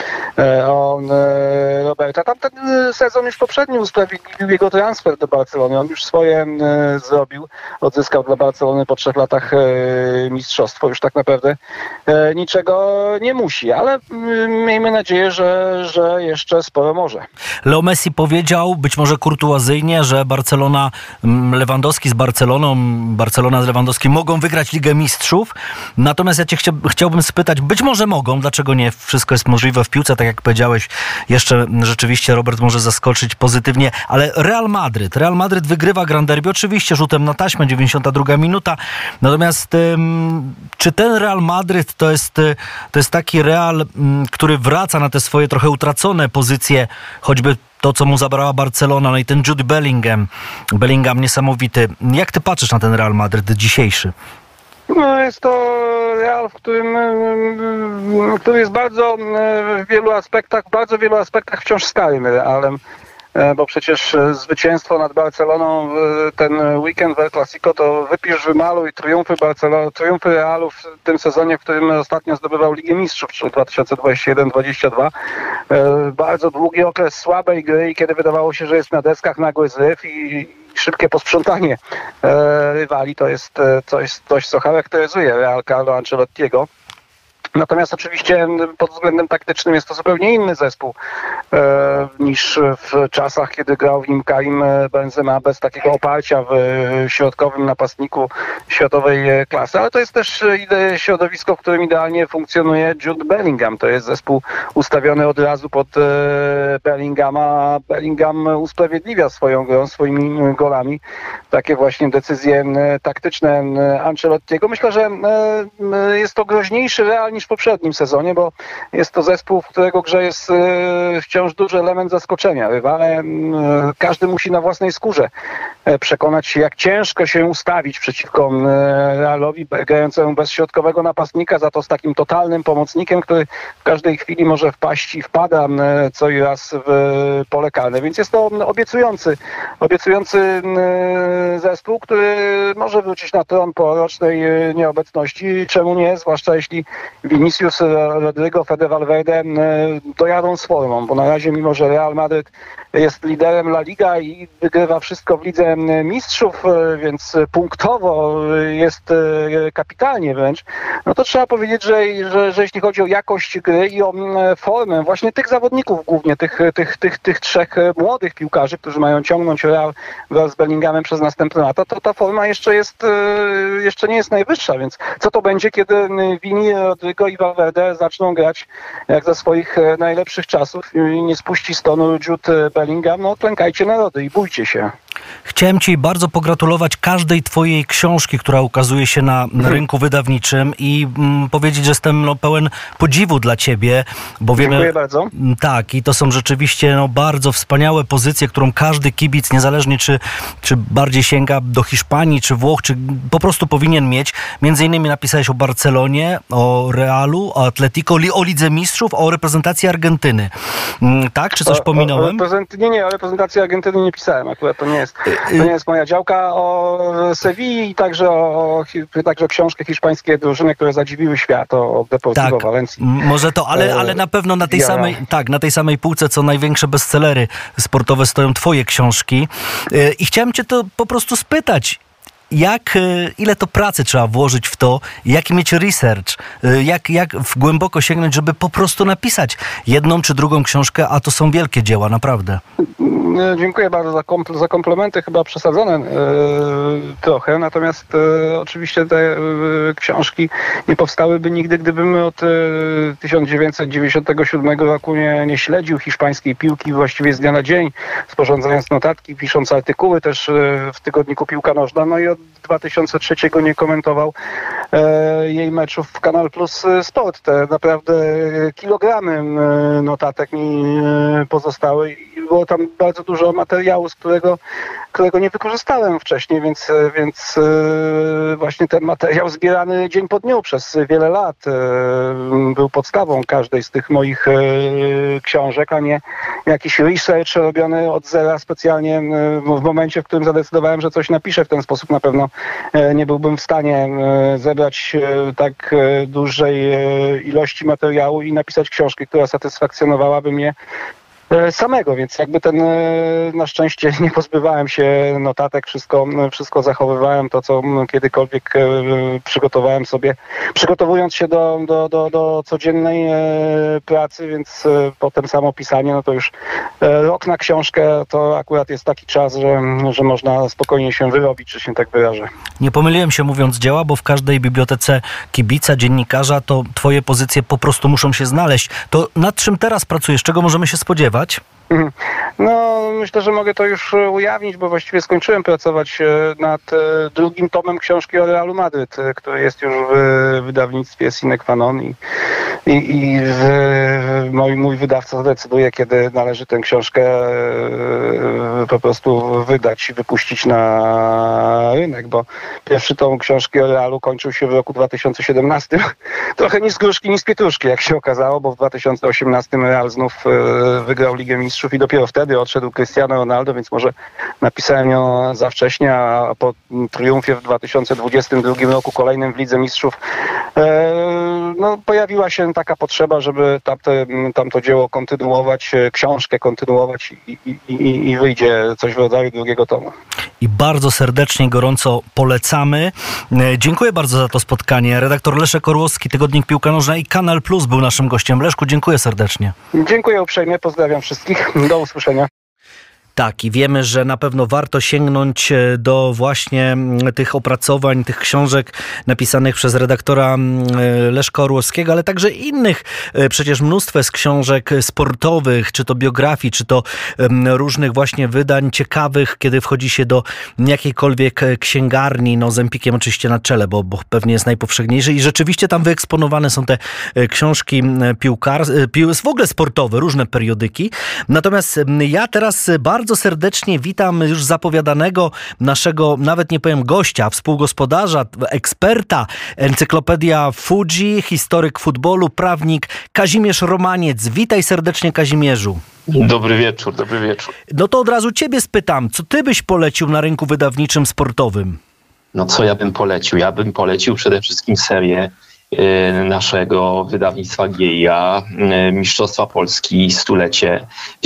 Roberta. Tamten sezon już poprzedni usprawiedliwił jego transfer do Barcelony. On już swoje zrobił. Odzyskał dla Barcelony po 3 latach mistrzostwo. Już tak naprawdę niczego nie musi, ale miejmy nadzieję, że jeszcze sporo może. Leo Messi powiedział, być może kurtuazyjnie, że Barcelona, Lewandowski z Barceloną, Barcelona z Lewandowskim mogą wygrać Ligę Mistrzów. Natomiast ja cię chciałbym spytać, być może mogą, dlaczego nie? Wszystko jest możliwe w piłce, tak jak powiedziałeś, jeszcze rzeczywiście Robert może zaskoczyć pozytywnie, ale Real Madryt wygrywa Grand Derby, oczywiście rzutem na taśmę, 92 minuta. Natomiast czy ten Real Madryt to jest taki Real, który wraca na te swoje trochę utracone pozycje, choćby to, co mu zabrała Barcelona, i ten Jude Bellingham niesamowity. Jak ty patrzysz na ten Real Madryt dzisiejszy? Jest to Real, który jest w bardzo wielu aspektach wciąż starym Realem, bo przecież zwycięstwo nad Barceloną ten weekend w El Clasico to wypisz, wymaluj triumfy Realu w tym sezonie, w którym ostatnio zdobywał Ligę Mistrzów, czyli 2021-22. Bardzo długi okres słabej gry i kiedy wydawało się, że jest na deskach nagły zryw i szybkie posprzątanie rywali, to jest coś, co charakteryzuje Real Carlo Ancelottiego. Natomiast oczywiście pod względem taktycznym jest to zupełnie inny zespół niż w czasach, kiedy grał w nim Karim Benzema bez takiego oparcia w środkowym napastniku światowej klasy. Ale to jest też środowisko, w którym idealnie funkcjonuje Jude Bellingham. To jest zespół ustawiony od razu pod Bellingama. Bellingham usprawiedliwia swoją grą, swoimi golami takie właśnie decyzje taktyczne Ancelottiego. Myślę, że jest to groźniejszy Real niż w poprzednim sezonie, bo jest to zespół, w którego grze jest wciąż duży element zaskoczenia. Rywale, każdy musi na własnej skórze przekonać się, jak ciężko się ustawić przeciwko Realowi, grającemu bez środkowego napastnika, za to z takim totalnym pomocnikiem, który w każdej chwili może wpaść i wpada co i raz w pole karne. Więc jest to obiecujący zespół, który może wrócić na tron po rocznej nieobecności. Czemu nie? Zwłaszcza jeśli Vinicius, Rodrygo, Fede Valverde dojadą z formą, bo na razie, mimo że Real Madryt jest liderem La Liga i wygrywa wszystko w Lidze Mistrzów, więc punktowo jest kapitalnie wręcz, no to trzeba powiedzieć, że jeśli chodzi o jakość gry i o formę właśnie tych zawodników, głównie tych 3 młodych piłkarzy, którzy mają ciągnąć Real wraz z Bellinghamem przez następne lata, to ta forma jeszcze nie jest najwyższa, więc co to będzie, kiedy Vini, Rodrygo i Valverde zaczną grać jak za swoich najlepszych czasów i nie spuści z tonu Jude Bellingham? No klękajcie narody i bójcie się. Chciałem ci bardzo pogratulować każdej twojej książki, która ukazuje się na rynku wydawniczym i powiedzieć, że jestem pełen podziwu dla ciebie, bo wiemy... Dziękuję bardzo. Tak, i to są rzeczywiście bardzo wspaniałe pozycje, którą każdy kibic, niezależnie czy bardziej sięga do Hiszpanii, czy Włoch, czy po prostu powinien mieć. Między innymi napisałeś o Barcelonie, o Realu, o Atletico, o Lidze Mistrzów, o reprezentacji Argentyny. Tak? Czy coś pominąłem? Nie, o reprezentacji Argentyny nie pisałem. Akurat to nie jest nie jest moja działka. O Sewilli i także książkę hiszpańskie drużyny, które zadziwiły świat, o Deportivo Walencji. Może to, ale na pewno na tej samej półce, co największe bestsellery sportowe, stoją twoje książki. I chciałem cię to po prostu spytać. Ile to pracy trzeba włożyć w to, jaki mieć research, jak głęboko sięgnąć, żeby po prostu napisać jedną czy drugą książkę, a to są wielkie dzieła, naprawdę. Dziękuję bardzo za komplementy, chyba przesadzone trochę, natomiast oczywiście te książki nie powstałyby nigdy, gdybym od 1997 roku nie śledził hiszpańskiej piłki właściwie z dnia na dzień, sporządzając notatki, pisząc artykuły też w tygodniku Piłka Nożna, no i od 2003 nie komentował jej meczów w Kanal Plus Sport. Te naprawdę kilogramy notatek mi pozostały i było tam bardzo dużo materiału, z którego nie wykorzystałem wcześniej, więc właśnie ten materiał zbierany dzień po dniu przez wiele lat był podstawą każdej z tych moich książek, a nie jakiś research robiony od zera specjalnie w momencie, w którym zadecydowałem, że coś napiszę. W ten sposób na pewno nie byłbym w stanie zebrać tak dużej ilości materiału i napisać książki, która satysfakcjonowałaby mnie samego, więc jakby na szczęście nie pozbywałem się notatek, wszystko zachowywałem, to co kiedykolwiek przygotowałem sobie, przygotowując się do codziennej pracy, więc potem samo pisanie, no to już rok na książkę to akurat jest taki czas, że można spokojnie się wyrobić, że się tak wyrażę. Nie pomyliłem się mówiąc dzieła, bo w każdej bibliotece kibica, dziennikarza to twoje pozycje po prostu muszą się znaleźć. To nad czym teraz pracujesz? Czego możemy się spodziewać? No, myślę, że mogę to już ujawnić, bo właściwie skończyłem pracować nad drugim tomem książki o Realu Madryt, który jest już w wydawnictwie Sine Qua Non i mój wydawca zdecyduje, kiedy należy tę książkę po prostu wydać i wypuścić na rynek, bo pierwszy tom książki o Realu kończył się w roku 2017. Trochę ni z gruszki, ni z pietruszki, jak się okazało, bo w 2018 Real znów wygrał Ligę Mistrzów i dopiero wtedy odszedł Cristiano Ronaldo, więc może napisałem ją za wcześnie, a po triumfie w 2022 roku kolejnym w Lidze Mistrzów pojawiła się taka potrzeba, żeby tamto dzieło kontynuować, książkę kontynuować i wyjdzie coś w rodzaju drugiego tomu. I bardzo serdecznie, gorąco polecamy. Dziękuję bardzo za to spotkanie. Redaktor Leszek Orłowski, Tygodnik Piłka Nożna i Kanal Plus był naszym gościem. Leszku, dziękuję serdecznie. Dziękuję uprzejmie, pozdrawiam wszystkich. Do usłyszenia. Tak, i wiemy, że na pewno warto sięgnąć do właśnie tych opracowań, tych książek napisanych przez redaktora Leszka Orłowskiego, ale także innych. Przecież mnóstwo z książek sportowych, czy to biografii, czy to różnych właśnie wydań ciekawych, kiedy wchodzi się do jakiejkolwiek księgarni, no z Empikiem oczywiście na czele, bo pewnie jest najpowszechniejszy i rzeczywiście tam wyeksponowane są te książki w ogóle sportowe, różne periodyki. Natomiast ja teraz bardzo serdecznie witam już zapowiadanego naszego, nawet nie powiem gościa, współgospodarza, eksperta, Encyklopedia Fuji, historyk futbolu, prawnik Kazimierz Romaniec. Witaj serdecznie, Kazimierzu. Dobry wieczór, dobry wieczór. No to od razu ciebie spytam, co ty byś polecił na rynku wydawniczym sportowym? No co ja bym polecił? Ja bym polecił przede wszystkim serię naszego wydawnictwa GIA, Mistrzostwa Polski, stulecie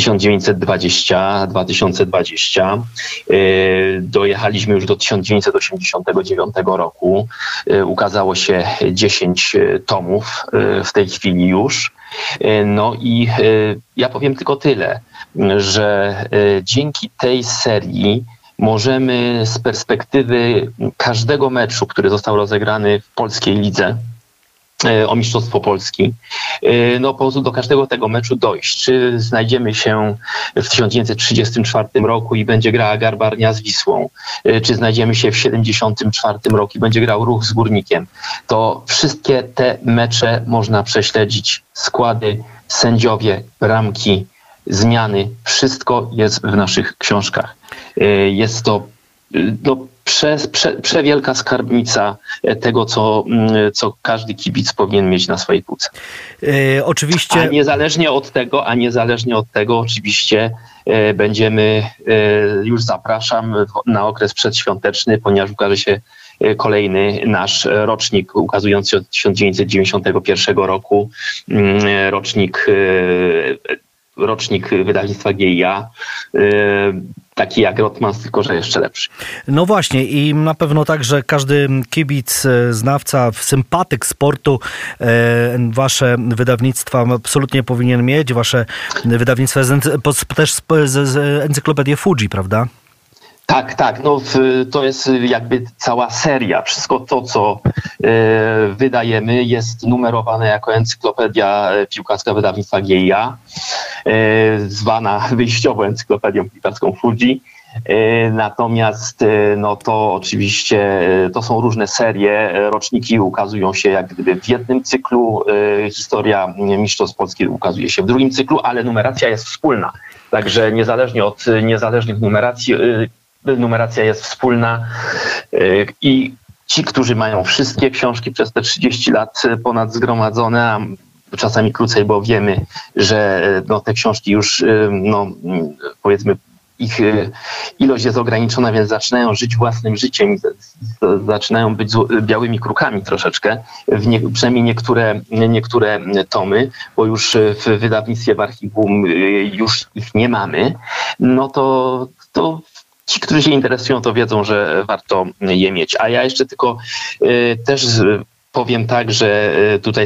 1920-2020. Dojechaliśmy już do 1989 roku. Ukazało się 10 tomów w tej chwili już. No i ja powiem tylko tyle, że dzięki tej serii możemy z perspektywy każdego meczu, który został rozegrany w polskiej lidze, o Mistrzostwo Polski, no po prostu do każdego tego meczu dojść. Czy znajdziemy się w 1934 roku i będzie grała Garbarnia z Wisłą, czy znajdziemy się w 1974 roku i będzie grał Ruch z Górnikiem, to wszystkie te mecze można prześledzić, składy, sędziowie, bramki, zmiany, wszystko jest w naszych książkach. Jest to przewielka skarbnica tego, co każdy kibic powinien mieć na swojej półce. Oczywiście. A niezależnie od tego oczywiście będziemy, już zapraszam na okres przedświąteczny, ponieważ ukaże się kolejny nasz rocznik ukazujący się od 1991 roku, rocznik wydawnictwa GIA, taki jak Rotmans, tylko że jeszcze lepszy. No właśnie i na pewno także każdy kibic, znawca, sympatyk sportu wasze wydawnictwa absolutnie powinien mieć. Wasze wydawnictwa też z encyklopedię Fuji, prawda? Tak. No, to jest jakby cała seria. Wszystko to, co wydajemy, jest numerowane jako encyklopedia piłkarska wydawnictwa GIA, zwana wyjściowo encyklopedią piłkarską Fuji. Natomiast no to oczywiście to są różne serie. Roczniki ukazują się jak gdyby w jednym cyklu. Historia Mistrzostw Polski ukazuje się w drugim cyklu, ale numeracja jest wspólna. Także niezależnie od niezależnych numeracji, numeracja jest wspólna i ci, którzy mają wszystkie książki przez te 30 lat ponad zgromadzone, a czasami krócej, bo wiemy, że no, te książki już, no, powiedzmy, ich ilość jest ograniczona, więc zaczynają żyć własnym życiem, zaczynają być białymi krukami troszeczkę, przynajmniej niektóre tomy, bo już w wydawnictwie, w archiwum już ich nie mamy, no to ci, którzy się interesują, to wiedzą, że warto je mieć. A ja jeszcze tylko też powiem tak, że tutaj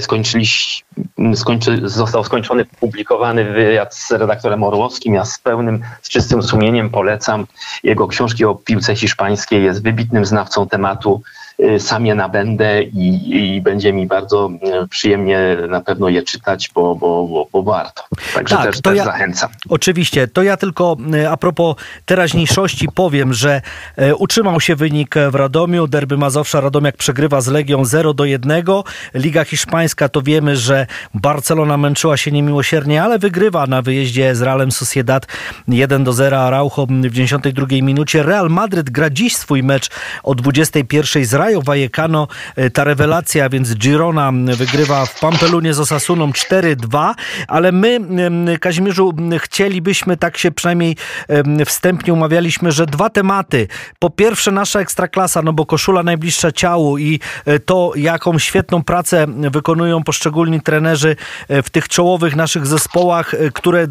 został skończony, publikowany wywiad z redaktorem Orłowskim. Ja z czystym sumieniem polecam jego książki o piłce hiszpańskiej. Jest wybitnym znawcą tematu. Sam je nabędę i będzie mi bardzo przyjemnie na pewno je czytać, bo warto. Także tak, też zachęcam. Oczywiście. To ja tylko a propos teraźniejszości powiem, że utrzymał się wynik w Radomiu. Derby Mazowsza, Radomiak przegrywa z Legią 0-1. Liga hiszpańska to wiemy, że Barcelona męczyła się niemiłosiernie, ale wygrywa na wyjeździe z Realem Sociedad 1-0. Araujo w 92 minucie. Real Madryt gra dziś swój mecz o 21 z Rayo Vallecano. Ta rewelacja, więc Girona wygrywa w Pampelunie z Osasuną 4-2, ale my, Kazimierzu, chcielibyśmy, tak się przynajmniej wstępnie umawialiśmy, że dwa tematy. Po pierwsze nasza ekstraklasa, no bo koszula najbliższa ciału i to, jaką świetną pracę wykonują poszczególni trenerzy w tych czołowych naszych zespołach, które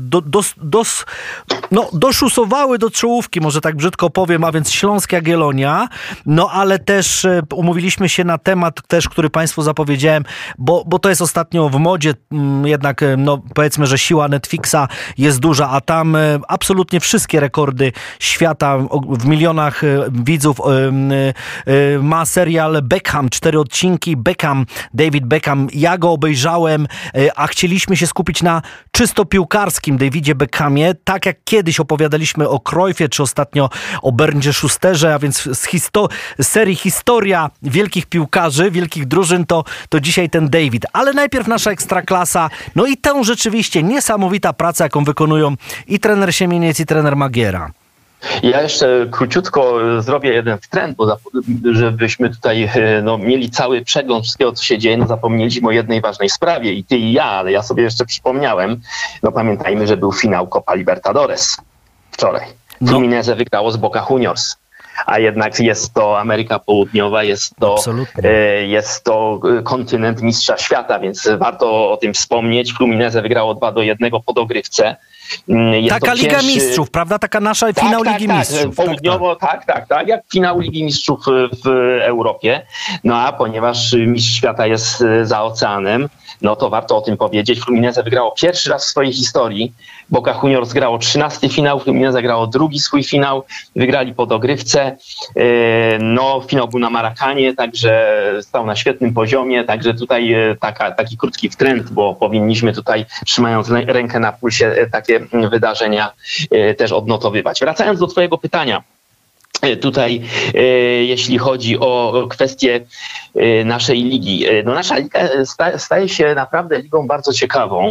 doszusowały do czołówki, może tak brzydko powiem, a więc Śląsk Jagiellonia, no ale też umówiliśmy się na temat też, który Państwu zapowiedziałem, bo to jest ostatnio w modzie, jednak no powiedzmy, że siła Netflixa jest duża, a tam absolutnie wszystkie rekordy świata w milionach widzów ma serial Beckham, 4 odcinki, David Beckham. Ja go obejrzałem, a chcieliśmy się skupić na czysto piłkarskim Davidzie Beckhamie, tak jak kiedyś opowiadaliśmy o Cruyffie, czy ostatnio o Bernie Schusterze, a więc z serii Historia wielkich piłkarzy, wielkich drużyn, to dzisiaj ten David. Ale najpierw nasza ekstraklasa, no i tę rzeczywiście niesamowita praca, jaką wykonują i trener Siemieniec, i trener Magiera. Ja jeszcze króciutko zrobię jeden trend, bo żebyśmy tutaj mieli cały przegląd wszystkiego, co się dzieje. Zapomnieliśmy o jednej ważnej sprawie i ty i ja, ale ja sobie jeszcze przypomniałem. Pamiętajmy, że był finał Copa Libertadores wczoraj. Fluminense wygrało z Boca Juniors. A jednak jest to Ameryka Południowa, jest to kontynent mistrza świata, więc warto o tym wspomnieć. Fluminense wygrało 2-1 po dogrywce. Taka Liga Mistrzów, prawda? Taka nasza finał Ligi Mistrzów. Południowo, tak, jak finał Ligi Mistrzów w Europie. No a ponieważ mistrz świata jest za oceanem, no to warto o tym powiedzieć. Fluminense wygrało pierwszy raz w swojej historii. Boca Juniors grało 13 finał, Fluminense grało drugi swój finał. Wygrali po dogrywce. Finał był na Maracanie, także stał na świetnym poziomie. Także tutaj taki krótki trend, bo powinniśmy tutaj, trzymając rękę na pulsie, takie wydarzenia też odnotowywać. Wracając do twojego pytania. Tutaj, jeśli chodzi o kwestię naszej ligi. No nasza liga staje się naprawdę ligą bardzo ciekawą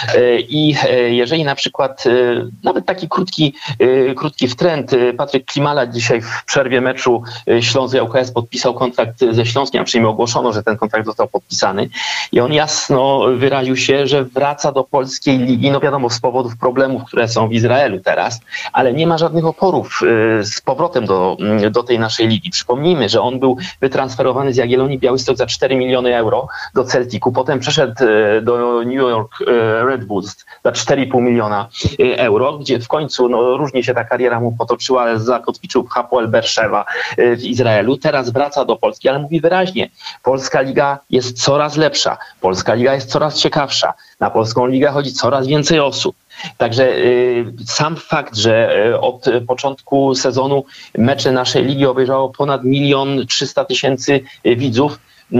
i jeżeli na przykład nawet taki krótki wtręt, Patryk Klimala dzisiaj w przerwie meczu Śląsk ŁKS podpisał kontrakt ze Śląskiem, a przynajmniej ogłoszono, że ten kontrakt został podpisany i on jasno wyraził się, że wraca do polskiej ligi, no wiadomo z powodów problemów, które są w Izraelu teraz, ale nie ma żadnych oporów z powrotem do tej naszej ligi. Przypomnijmy, że on był wytransferowany z Jagiellonii Białystok za 4 miliony euro do Celticu, potem przeszedł do New York Red Bulls za 4,5 miliona euro, gdzie w końcu różnie się ta kariera mu potoczyła, ale zakotwiczył w Hapoel Berszewa w Izraelu. Teraz wraca do Polski, ale mówi wyraźnie, polska liga jest coraz lepsza, polska liga jest coraz ciekawsza, na polską ligę chodzi coraz więcej osób. Także sam fakt, że od początku sezonu mecze naszej ligi obejrzało ponad 1 300 000 widzów,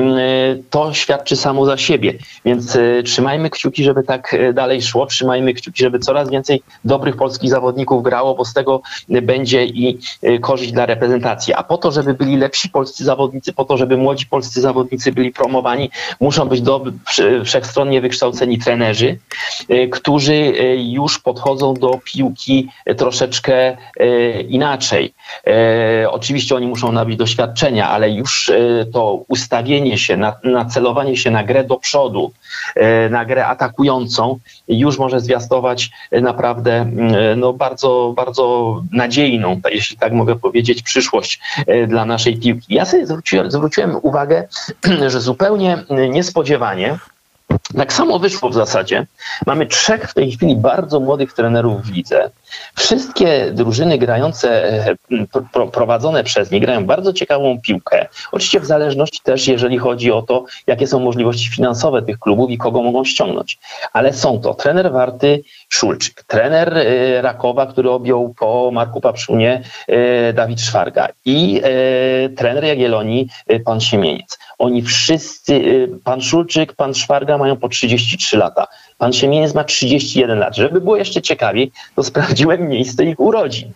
to świadczy samo za siebie. Więc trzymajmy kciuki, żeby tak dalej szło. Trzymajmy kciuki, żeby coraz więcej dobrych polskich zawodników grało, bo z tego będzie i korzyść dla reprezentacji. A po to, żeby byli lepsi polscy zawodnicy, po to, żeby młodzi polscy zawodnicy byli promowani, muszą być wszechstronnie wykształceni trenerzy, którzy już podchodzą do piłki troszeczkę inaczej. Oczywiście oni muszą nabyć doświadczenia, ale już to ustawienie się, nacelowanie się na grę do przodu, na grę atakującą już może zwiastować naprawdę bardzo, bardzo nadziejną, jeśli tak mogę powiedzieć, przyszłość dla naszej piłki. Ja sobie zwróciłem uwagę, że zupełnie niespodziewanie tak samo wyszło w zasadzie. Mamy 3 w tej chwili bardzo młodych trenerów w lidze. Wszystkie drużyny grające, prowadzone przez nich grają bardzo ciekawą piłkę. Oczywiście w zależności też, jeżeli chodzi o to, jakie są możliwości finansowe tych klubów i kogo mogą ściągnąć. Ale są to trener Warty Szulczyk, trener Rakowa, który objął po Marku Papszunie Dawid Szwarga i trener Jagiellonii pan Siemieniec. Oni wszyscy, pan Szulczyk, pan Szwarga mają po 33 lata. Pan Siemieniec ma 31 lat. Żeby było jeszcze ciekawiej, to sprawdziłem miejsce ich urodzin.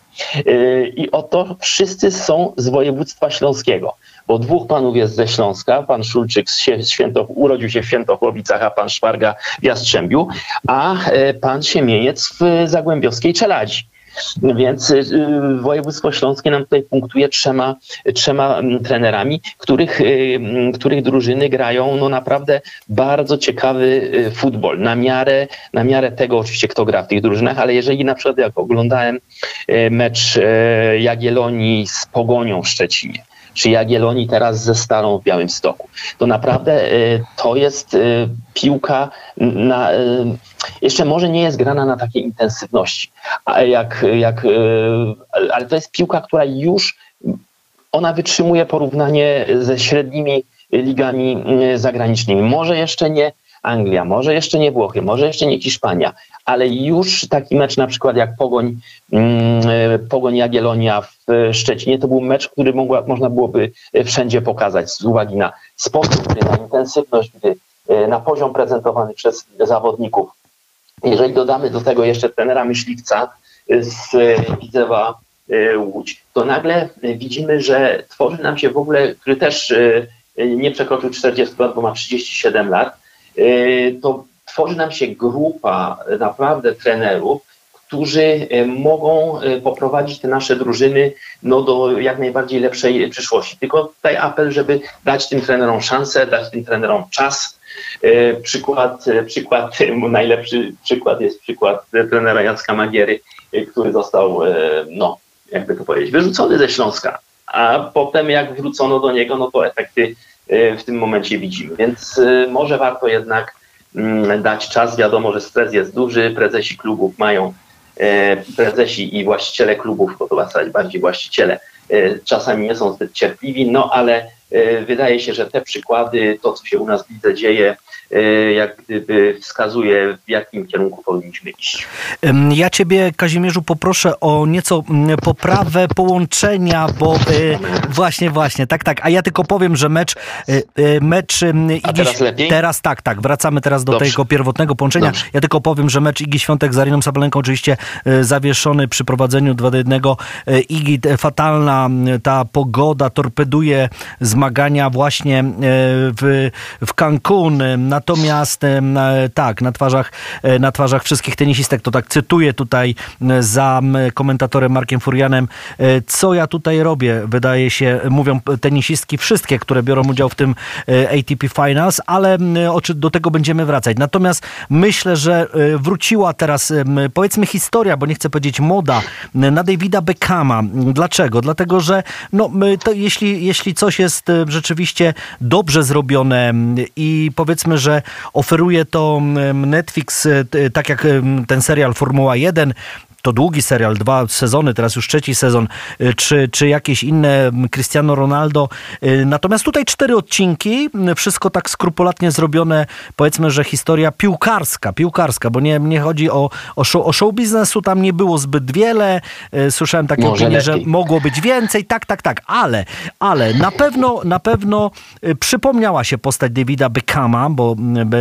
I oto wszyscy są z województwa śląskiego, bo 2 panów jest ze Śląska. Pan Szulczyk urodził się w Świętochłowicach, a pan Szwarga w Jastrzębiu, a pan Siemieniec w zagłębiowskiej Czeladzi. Więc województwo śląskie nam tutaj punktuje trzema trenerami, których drużyny grają naprawdę bardzo ciekawy futbol. Na miarę tego oczywiście, kto gra w tych drużynach, ale jeżeli na przykład jak oglądałem mecz Jagiellonii z Pogonią w Szczecinie, czy Jagiellonii teraz ze Stalą w Białymstoku, to naprawdę to jest piłka jeszcze może nie jest grana na takiej intensywności, ale to jest piłka, która już ona wytrzymuje porównanie ze średnimi ligami zagranicznymi. Może jeszcze nie Anglia, może jeszcze nie Włochy, może jeszcze nie Hiszpania, ale już taki mecz na przykład jak Pogoń Jagiellonia w Szczecinie, to był mecz, który można byłoby wszędzie pokazać z uwagi na sposób gry, na intensywność gry, na poziom prezentowany przez zawodników. Jeżeli dodamy do tego jeszcze trenera Myśliwca z Widzewa Łódź, to nagle widzimy, że tworzy nam się w ogóle, który też nie przekroczył 40 lat, bo ma 37 lat, to tworzy nam się grupa naprawdę trenerów, którzy mogą poprowadzić te nasze drużyny do jak najbardziej lepszej przyszłości. Tylko tutaj apel, żeby dać tym trenerom szansę, dać tym trenerom czas. Najlepszy przykład jest przykład trenera Jacka Magiery, który został, jakby to powiedzieć, wyrzucony ze Śląska, a potem jak wrócono do niego, to efekty w tym momencie widzimy. Więc może warto jednak dać czas. Wiadomo, że stres jest duży, prezesi klubów prezesi i właściciele klubów, bo to w zasadzie bardziej właściciele, czasami nie są zbyt cierpliwi, ale wydaje się, że te przykłady, to co się u nas w lidze dzieje, jak gdyby wskazuje, w jakim kierunku powinniśmy iść. Ja ciebie, Kazimierzu, poproszę o nieco poprawę połączenia, bo właśnie, tak. A ja tylko powiem, że mecz A teraz lepiej? Tak, wracamy teraz do Dobrze. tego pierwotnego połączenia. Dobrze. Ja tylko powiem, że mecz Igi Świątek z Aryną Sabalenką oczywiście zawieszony przy prowadzeniu 2-1. Igi, fatalna ta pogoda torpeduje zmagania właśnie w Cancun. Natomiast tak, na twarzach wszystkich tenisistek, to tak cytuję tutaj za komentatorem Markiem Furianem, co ja tutaj robię, wydaje się, mówią tenisistki wszystkie, które biorą udział w tym ATP Finals, ale do tego będziemy wracać. Natomiast myślę, że wróciła teraz, powiedzmy, historia, bo nie chcę powiedzieć moda, na Davida Beckhama. Dlaczego? Dlatego, że to jeśli coś jest rzeczywiście dobrze zrobione i powiedzmy, że oferuje to Netflix, tak jak ten serial Formuła 1, to długi serial, 2 sezony, teraz już 3 sezon, czy jakieś inne Cristiano Ronaldo. Natomiast tutaj 4 odcinki, wszystko tak skrupulatnie zrobione, powiedzmy, że historia piłkarska, bo nie chodzi o show biznesu, tam nie było zbyt wiele. Słyszałem takie opinie, że mogło być więcej, tak, ale na pewno przypomniała się postać Davida Beckhama, bo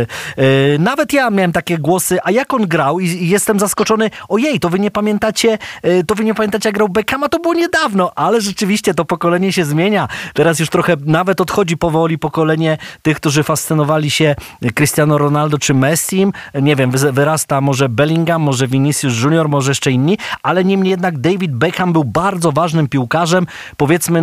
nawet ja miałem takie głosy, a jak on grał i jestem zaskoczony, ojej, to wy nie pamiętacie, jak grał Beckhama, to było niedawno, ale rzeczywiście to pokolenie się zmienia. Teraz już trochę nawet odchodzi powoli pokolenie tych, którzy fascynowali się Cristiano Ronaldo czy Messim. Nie wiem, wyrasta może Bellingham, może Vinicius Junior, może jeszcze inni, ale niemniej jednak David Beckham był bardzo ważnym piłkarzem, powiedzmy,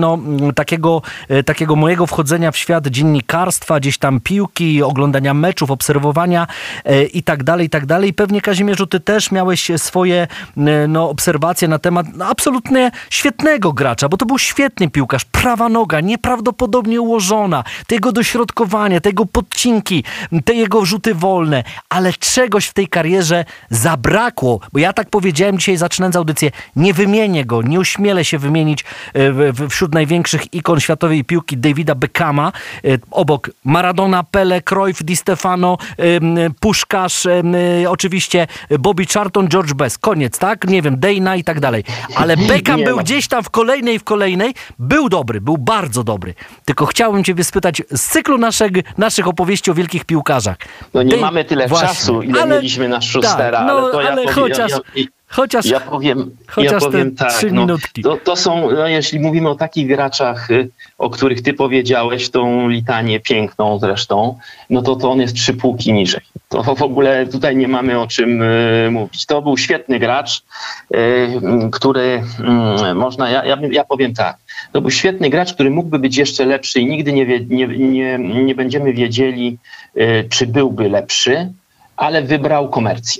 takiego mojego wchodzenia w świat dziennikarstwa, gdzieś tam piłki, oglądania meczów, obserwowania i tak dalej. Pewnie, Kazimierzu, ty też miałeś swoje obserwacje na temat absolutnie świetnego gracza, bo to był świetny piłkarz, prawa noga, nieprawdopodobnie ułożona, te jego dośrodkowania, te jego podcinki, te jego rzuty wolne, ale czegoś w tej karierze zabrakło, bo ja tak powiedziałem dzisiaj, zaczynając audycję, nie wymienię go, nie ośmielę się wymienić wśród największych ikon światowej piłki Davida Beckhama, obok Maradona, Pele, Cruyff, Di Stefano, Puszkarz, oczywiście Bobby Charlton, George Best, koniec, tak? Nie wiem, Dana i tak dalej. Ale Beckham był gdzieś tam w kolejnej, był dobry, był bardzo dobry. Tylko chciałbym ciebie spytać z cyklu naszych opowieści o wielkich piłkarzach. Nie mamy tyle czasu, ile mieliśmy na Schustera, ale to ja powiem... Chociaż te tak, 3 minutki. To są, jeśli mówimy o takich graczach, o których ty powiedziałeś, tą litanię piękną zresztą, to on jest 3 półki niżej. To w ogóle tutaj nie mamy o czym mówić. To był świetny gracz, który ja powiem tak, to był świetny gracz, który mógłby być jeszcze lepszy i nigdy nie będziemy wiedzieli, czy byłby lepszy, ale wybrał komercję.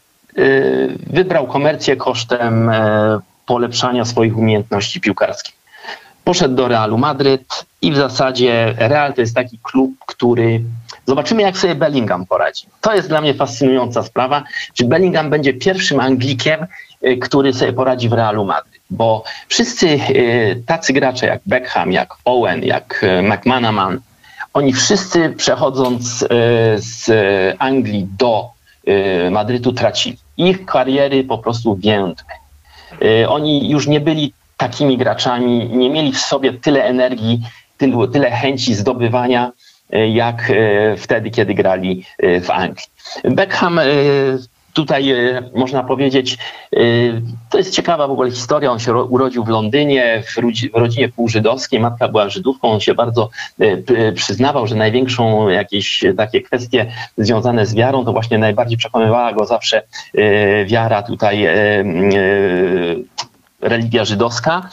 Wybrał komercję kosztem polepszania swoich umiejętności piłkarskich. Poszedł do Realu Madryt i w zasadzie Real to jest taki klub, który... Zobaczymy, jak sobie Bellingham poradzi. To jest dla mnie fascynująca sprawa, czy Bellingham będzie pierwszym Anglikiem, który sobie poradzi w Realu Madryt. Bo wszyscy tacy gracze jak Beckham, jak Owen, jak McManaman, oni wszyscy przechodząc z Anglii do Madrytu tracili. Ich kariery po prostu więdły. Oni już nie byli takimi graczami, nie mieli w sobie tyle energii, tyle chęci zdobywania, jak wtedy, kiedy grali w Anglii. Beckham tutaj można powiedzieć, to jest ciekawa w ogóle historia. On się urodził w Londynie, w rodzinie półżydowskiej. Matka była Żydówką. On się bardzo przyznawał, że największą jakieś takie kwestie związane z wiarą, to właśnie najbardziej przekonywała go zawsze wiara tutaj, religia żydowska.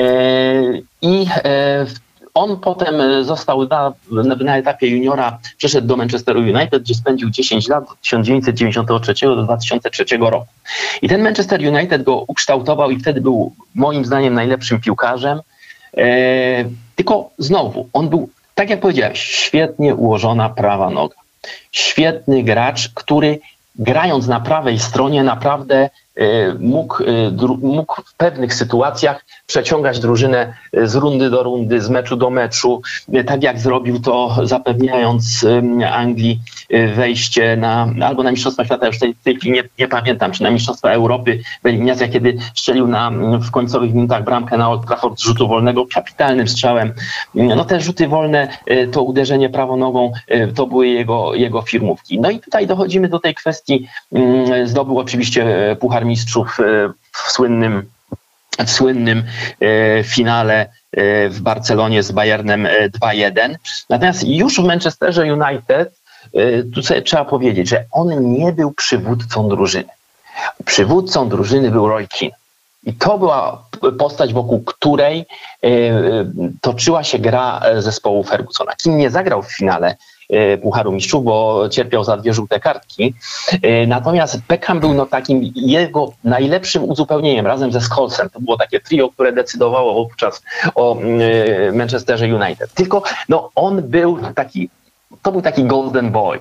On potem został na etapie juniora, przeszedł do Manchesteru United, gdzie spędził 10 lat, od 1993 do 2003 roku. I ten Manchester United go ukształtował i wtedy był moim zdaniem najlepszym piłkarzem. Tylko znowu, on był, tak jak powiedziałem, świetnie ułożona prawa noga. Świetny gracz, który grając na prawej stronie naprawdę mógł w pewnych sytuacjach przeciągać drużynę z rundy do rundy, z meczu do meczu, tak jak zrobił to, zapewniając Anglii wejście albo na Mistrzostwa Świata, już w tej chwili nie pamiętam, czy na Mistrzostwa Europy w eliminacjach, kiedy strzelił w końcowych minutach bramkę na Old Trafford z rzutu wolnego, kapitalnym strzałem. No te rzuty wolne, to uderzenie prawą nogą, to były jego firmówki. No i tutaj dochodzimy do tej kwestii, zdobył oczywiście Puchar Mistrzów w słynnym finale w Barcelonie z Bayernem 2-1. Natomiast już w Manchesterze United, tu sobie trzeba powiedzieć, że on nie był przywódcą drużyny. Przywódcą drużyny był Roy Keane. I to była postać, wokół której toczyła się gra zespołu Fergusona. Keane nie zagrał w finale Pucharu Mistrzów, bo cierpiał za 2 żółte kartki. Natomiast Beckham był takim jego najlepszym uzupełnieniem razem ze Scholesem. To było takie trio, które decydowało wówczas o Manchesterze United. Tylko on był taki, to był taki golden boy.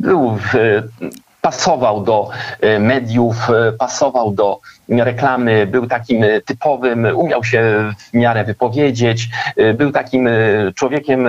Pasował do mediów, pasował do reklamy, był takim typowym, umiał się w miarę wypowiedzieć, był takim człowiekiem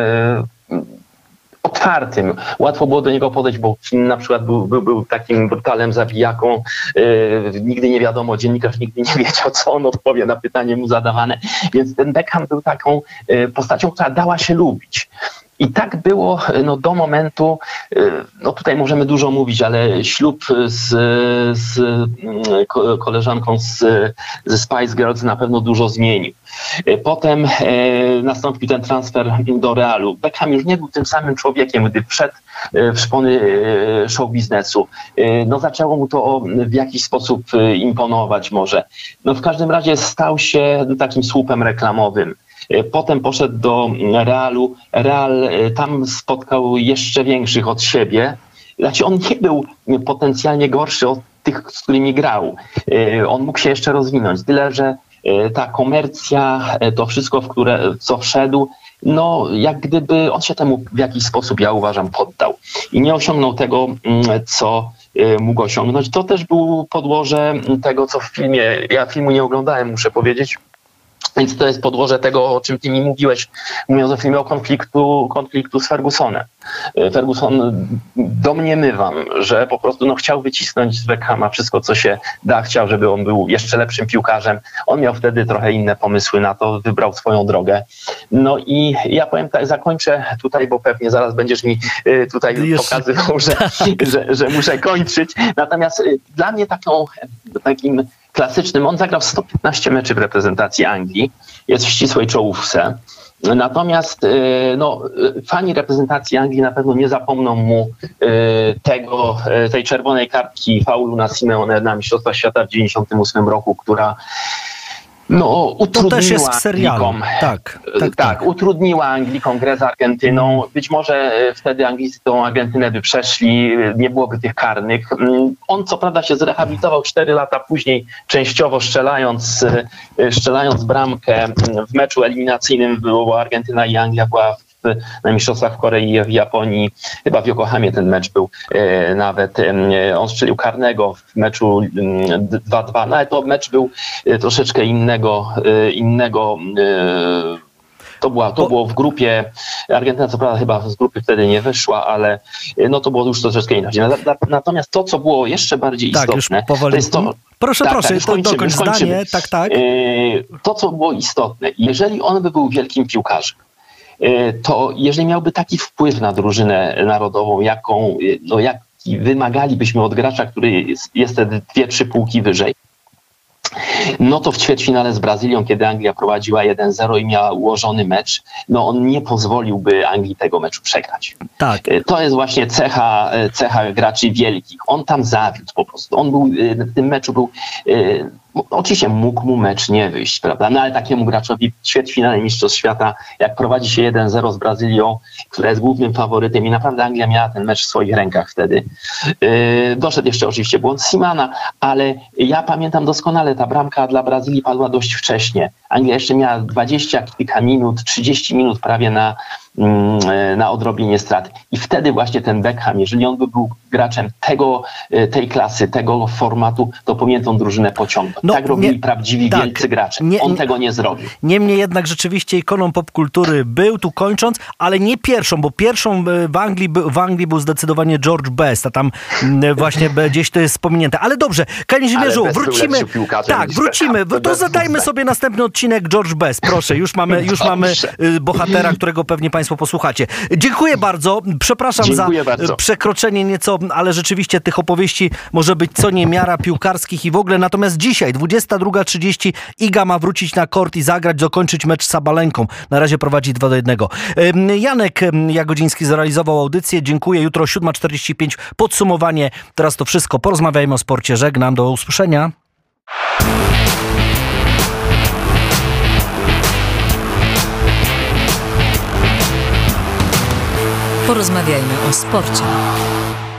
otwartym. Łatwo było do niego podejść, bo na przykład był takim brutalem, zabijaką. Nigdy nie wiadomo, dziennikarz nigdy nie wiedział, co on odpowie na pytanie mu zadawane. Więc ten Beckham był taką postacią, która dała się lubić. I tak było do momentu, tutaj możemy dużo mówić, ale ślub z koleżanką ze Spice Girls na pewno dużo zmienił. Potem nastąpił ten transfer do Realu. Beckham już nie był tym samym człowiekiem, gdy wszedł w szpony show biznesu. Zaczęło mu to w jakiś sposób imponować może. W każdym razie stał się takim słupem reklamowym. Potem poszedł do Realu. Real tam spotkał jeszcze większych od siebie. Znaczy on nie był potencjalnie gorszy od tych, z którymi grał. On mógł się jeszcze rozwinąć. Tyle, że ta komercja, to wszystko, w co wszedł, jak gdyby on się temu w jakiś sposób, ja uważam, poddał. I nie osiągnął tego, co mógł osiągnąć. To też było podłoże tego, co w filmie, ja filmu nie oglądałem, muszę powiedzieć, więc to jest podłoże tego, o czym ty mi mówiłeś, mówiąc o filmie, o konfliktu z Fergusonem. Ferguson, domniemywam, że po prostu chciał wycisnąć z Beckhama wszystko, co się da. Chciał, żeby on był jeszcze lepszym piłkarzem. On miał wtedy trochę inne pomysły na to, wybrał swoją drogę. I ja powiem tak, zakończę tutaj, bo pewnie zaraz będziesz mi tutaj pokazywał, że muszę kończyć. Natomiast dla mnie takim klasycznym, on zagrał 115 meczy w reprezentacji Anglii, jest w ścisłej czołówce. Natomiast fani reprezentacji Anglii na pewno nie zapomną mu tej czerwonej kartki faulu na Simeone na Mistrzostwach Świata w 1998 roku, która utrudniła to też jest w serialu. Tak. Utrudniła Anglikom grę z Argentyną. Być może wtedy Anglicy tą Argentynę by przeszli, nie byłoby tych karnych. On co prawda się zrehabilitował 4 lata później, częściowo strzelając bramkę w meczu eliminacyjnym, bo Argentyna i Anglia była na Mistrzostwach w Korei i w Japonii, chyba w Yokohamie ten mecz był nawet. On strzelił karnego w meczu 2-2, ale to mecz był troszeczkę innego. To było w grupie, Argentyna co prawda chyba z grupy wtedy nie wyszła, ale to było już troszeczkę inaczej. Natomiast to, co było jeszcze bardziej istotne, to jest to... Proszę, dokończ zdanie. Tak. To, co było istotne, jeżeli on by był wielkim piłkarzem, to jeżeli miałby taki wpływ na drużynę narodową, jaki wymagalibyśmy od gracza, który jest wtedy 2-3 półki wyżej, to w ćwierćfinale z Brazylią, kiedy Anglia prowadziła 1-0 i miała ułożony mecz, on nie pozwoliłby Anglii tego meczu przegrać. Tak. To jest właśnie cecha graczy wielkich. On tam zawiódł po prostu. On był, w tym meczu był... Oczywiście mógł mu mecz nie wyjść, prawda? Ale takiemu graczowi w ćwierćfinale Mistrzostw Świata, jak prowadzi się 1-0 z Brazylią, która jest głównym faworytem i naprawdę Anglia miała ten mecz w swoich rękach wtedy. Doszedł jeszcze oczywiście błąd Simana, ale ja pamiętam doskonale, ta bramka dla Brazylii padła dość wcześnie. Anglia jeszcze miała 20 kilka minut, 30 minut prawie na odrobienie strat. I wtedy właśnie ten Beckham, jeżeli on by był graczem tej klasy, tego formatu, to powinien tą drużynę pociągnąć. Tak robili prawdziwi wielcy gracze. On tego nie zrobił. Niemniej jednak rzeczywiście ikoną popkultury był, tu kończąc, ale nie pierwszą, bo pierwszą w Anglii był zdecydowanie George Best, a tam właśnie gdzieś to jest pominięte. Ale dobrze, Kazimierzu, wrócimy. Tak, wrócimy. To zadajmy sobie następny odcinek George Best. Proszę, już mamy bohatera, którego pewnie Państwo posłuchacie. Dziękuję bardzo. Przepraszam za przekroczenie nieco, ale rzeczywiście tych opowieści może być co niemiara piłkarskich i w ogóle. Natomiast dzisiaj, 22:30, Iga ma wrócić na kort i zagrać, dokończyć mecz z Sabalenką. Na razie prowadzi 2-1. Janek Jagodziński zrealizował audycję. Dziękuję. Jutro 7:45 podsumowanie. Teraz to wszystko. Porozmawiajmy o sporcie. Żegnam. Do usłyszenia. Porozmawiajmy o sporcie.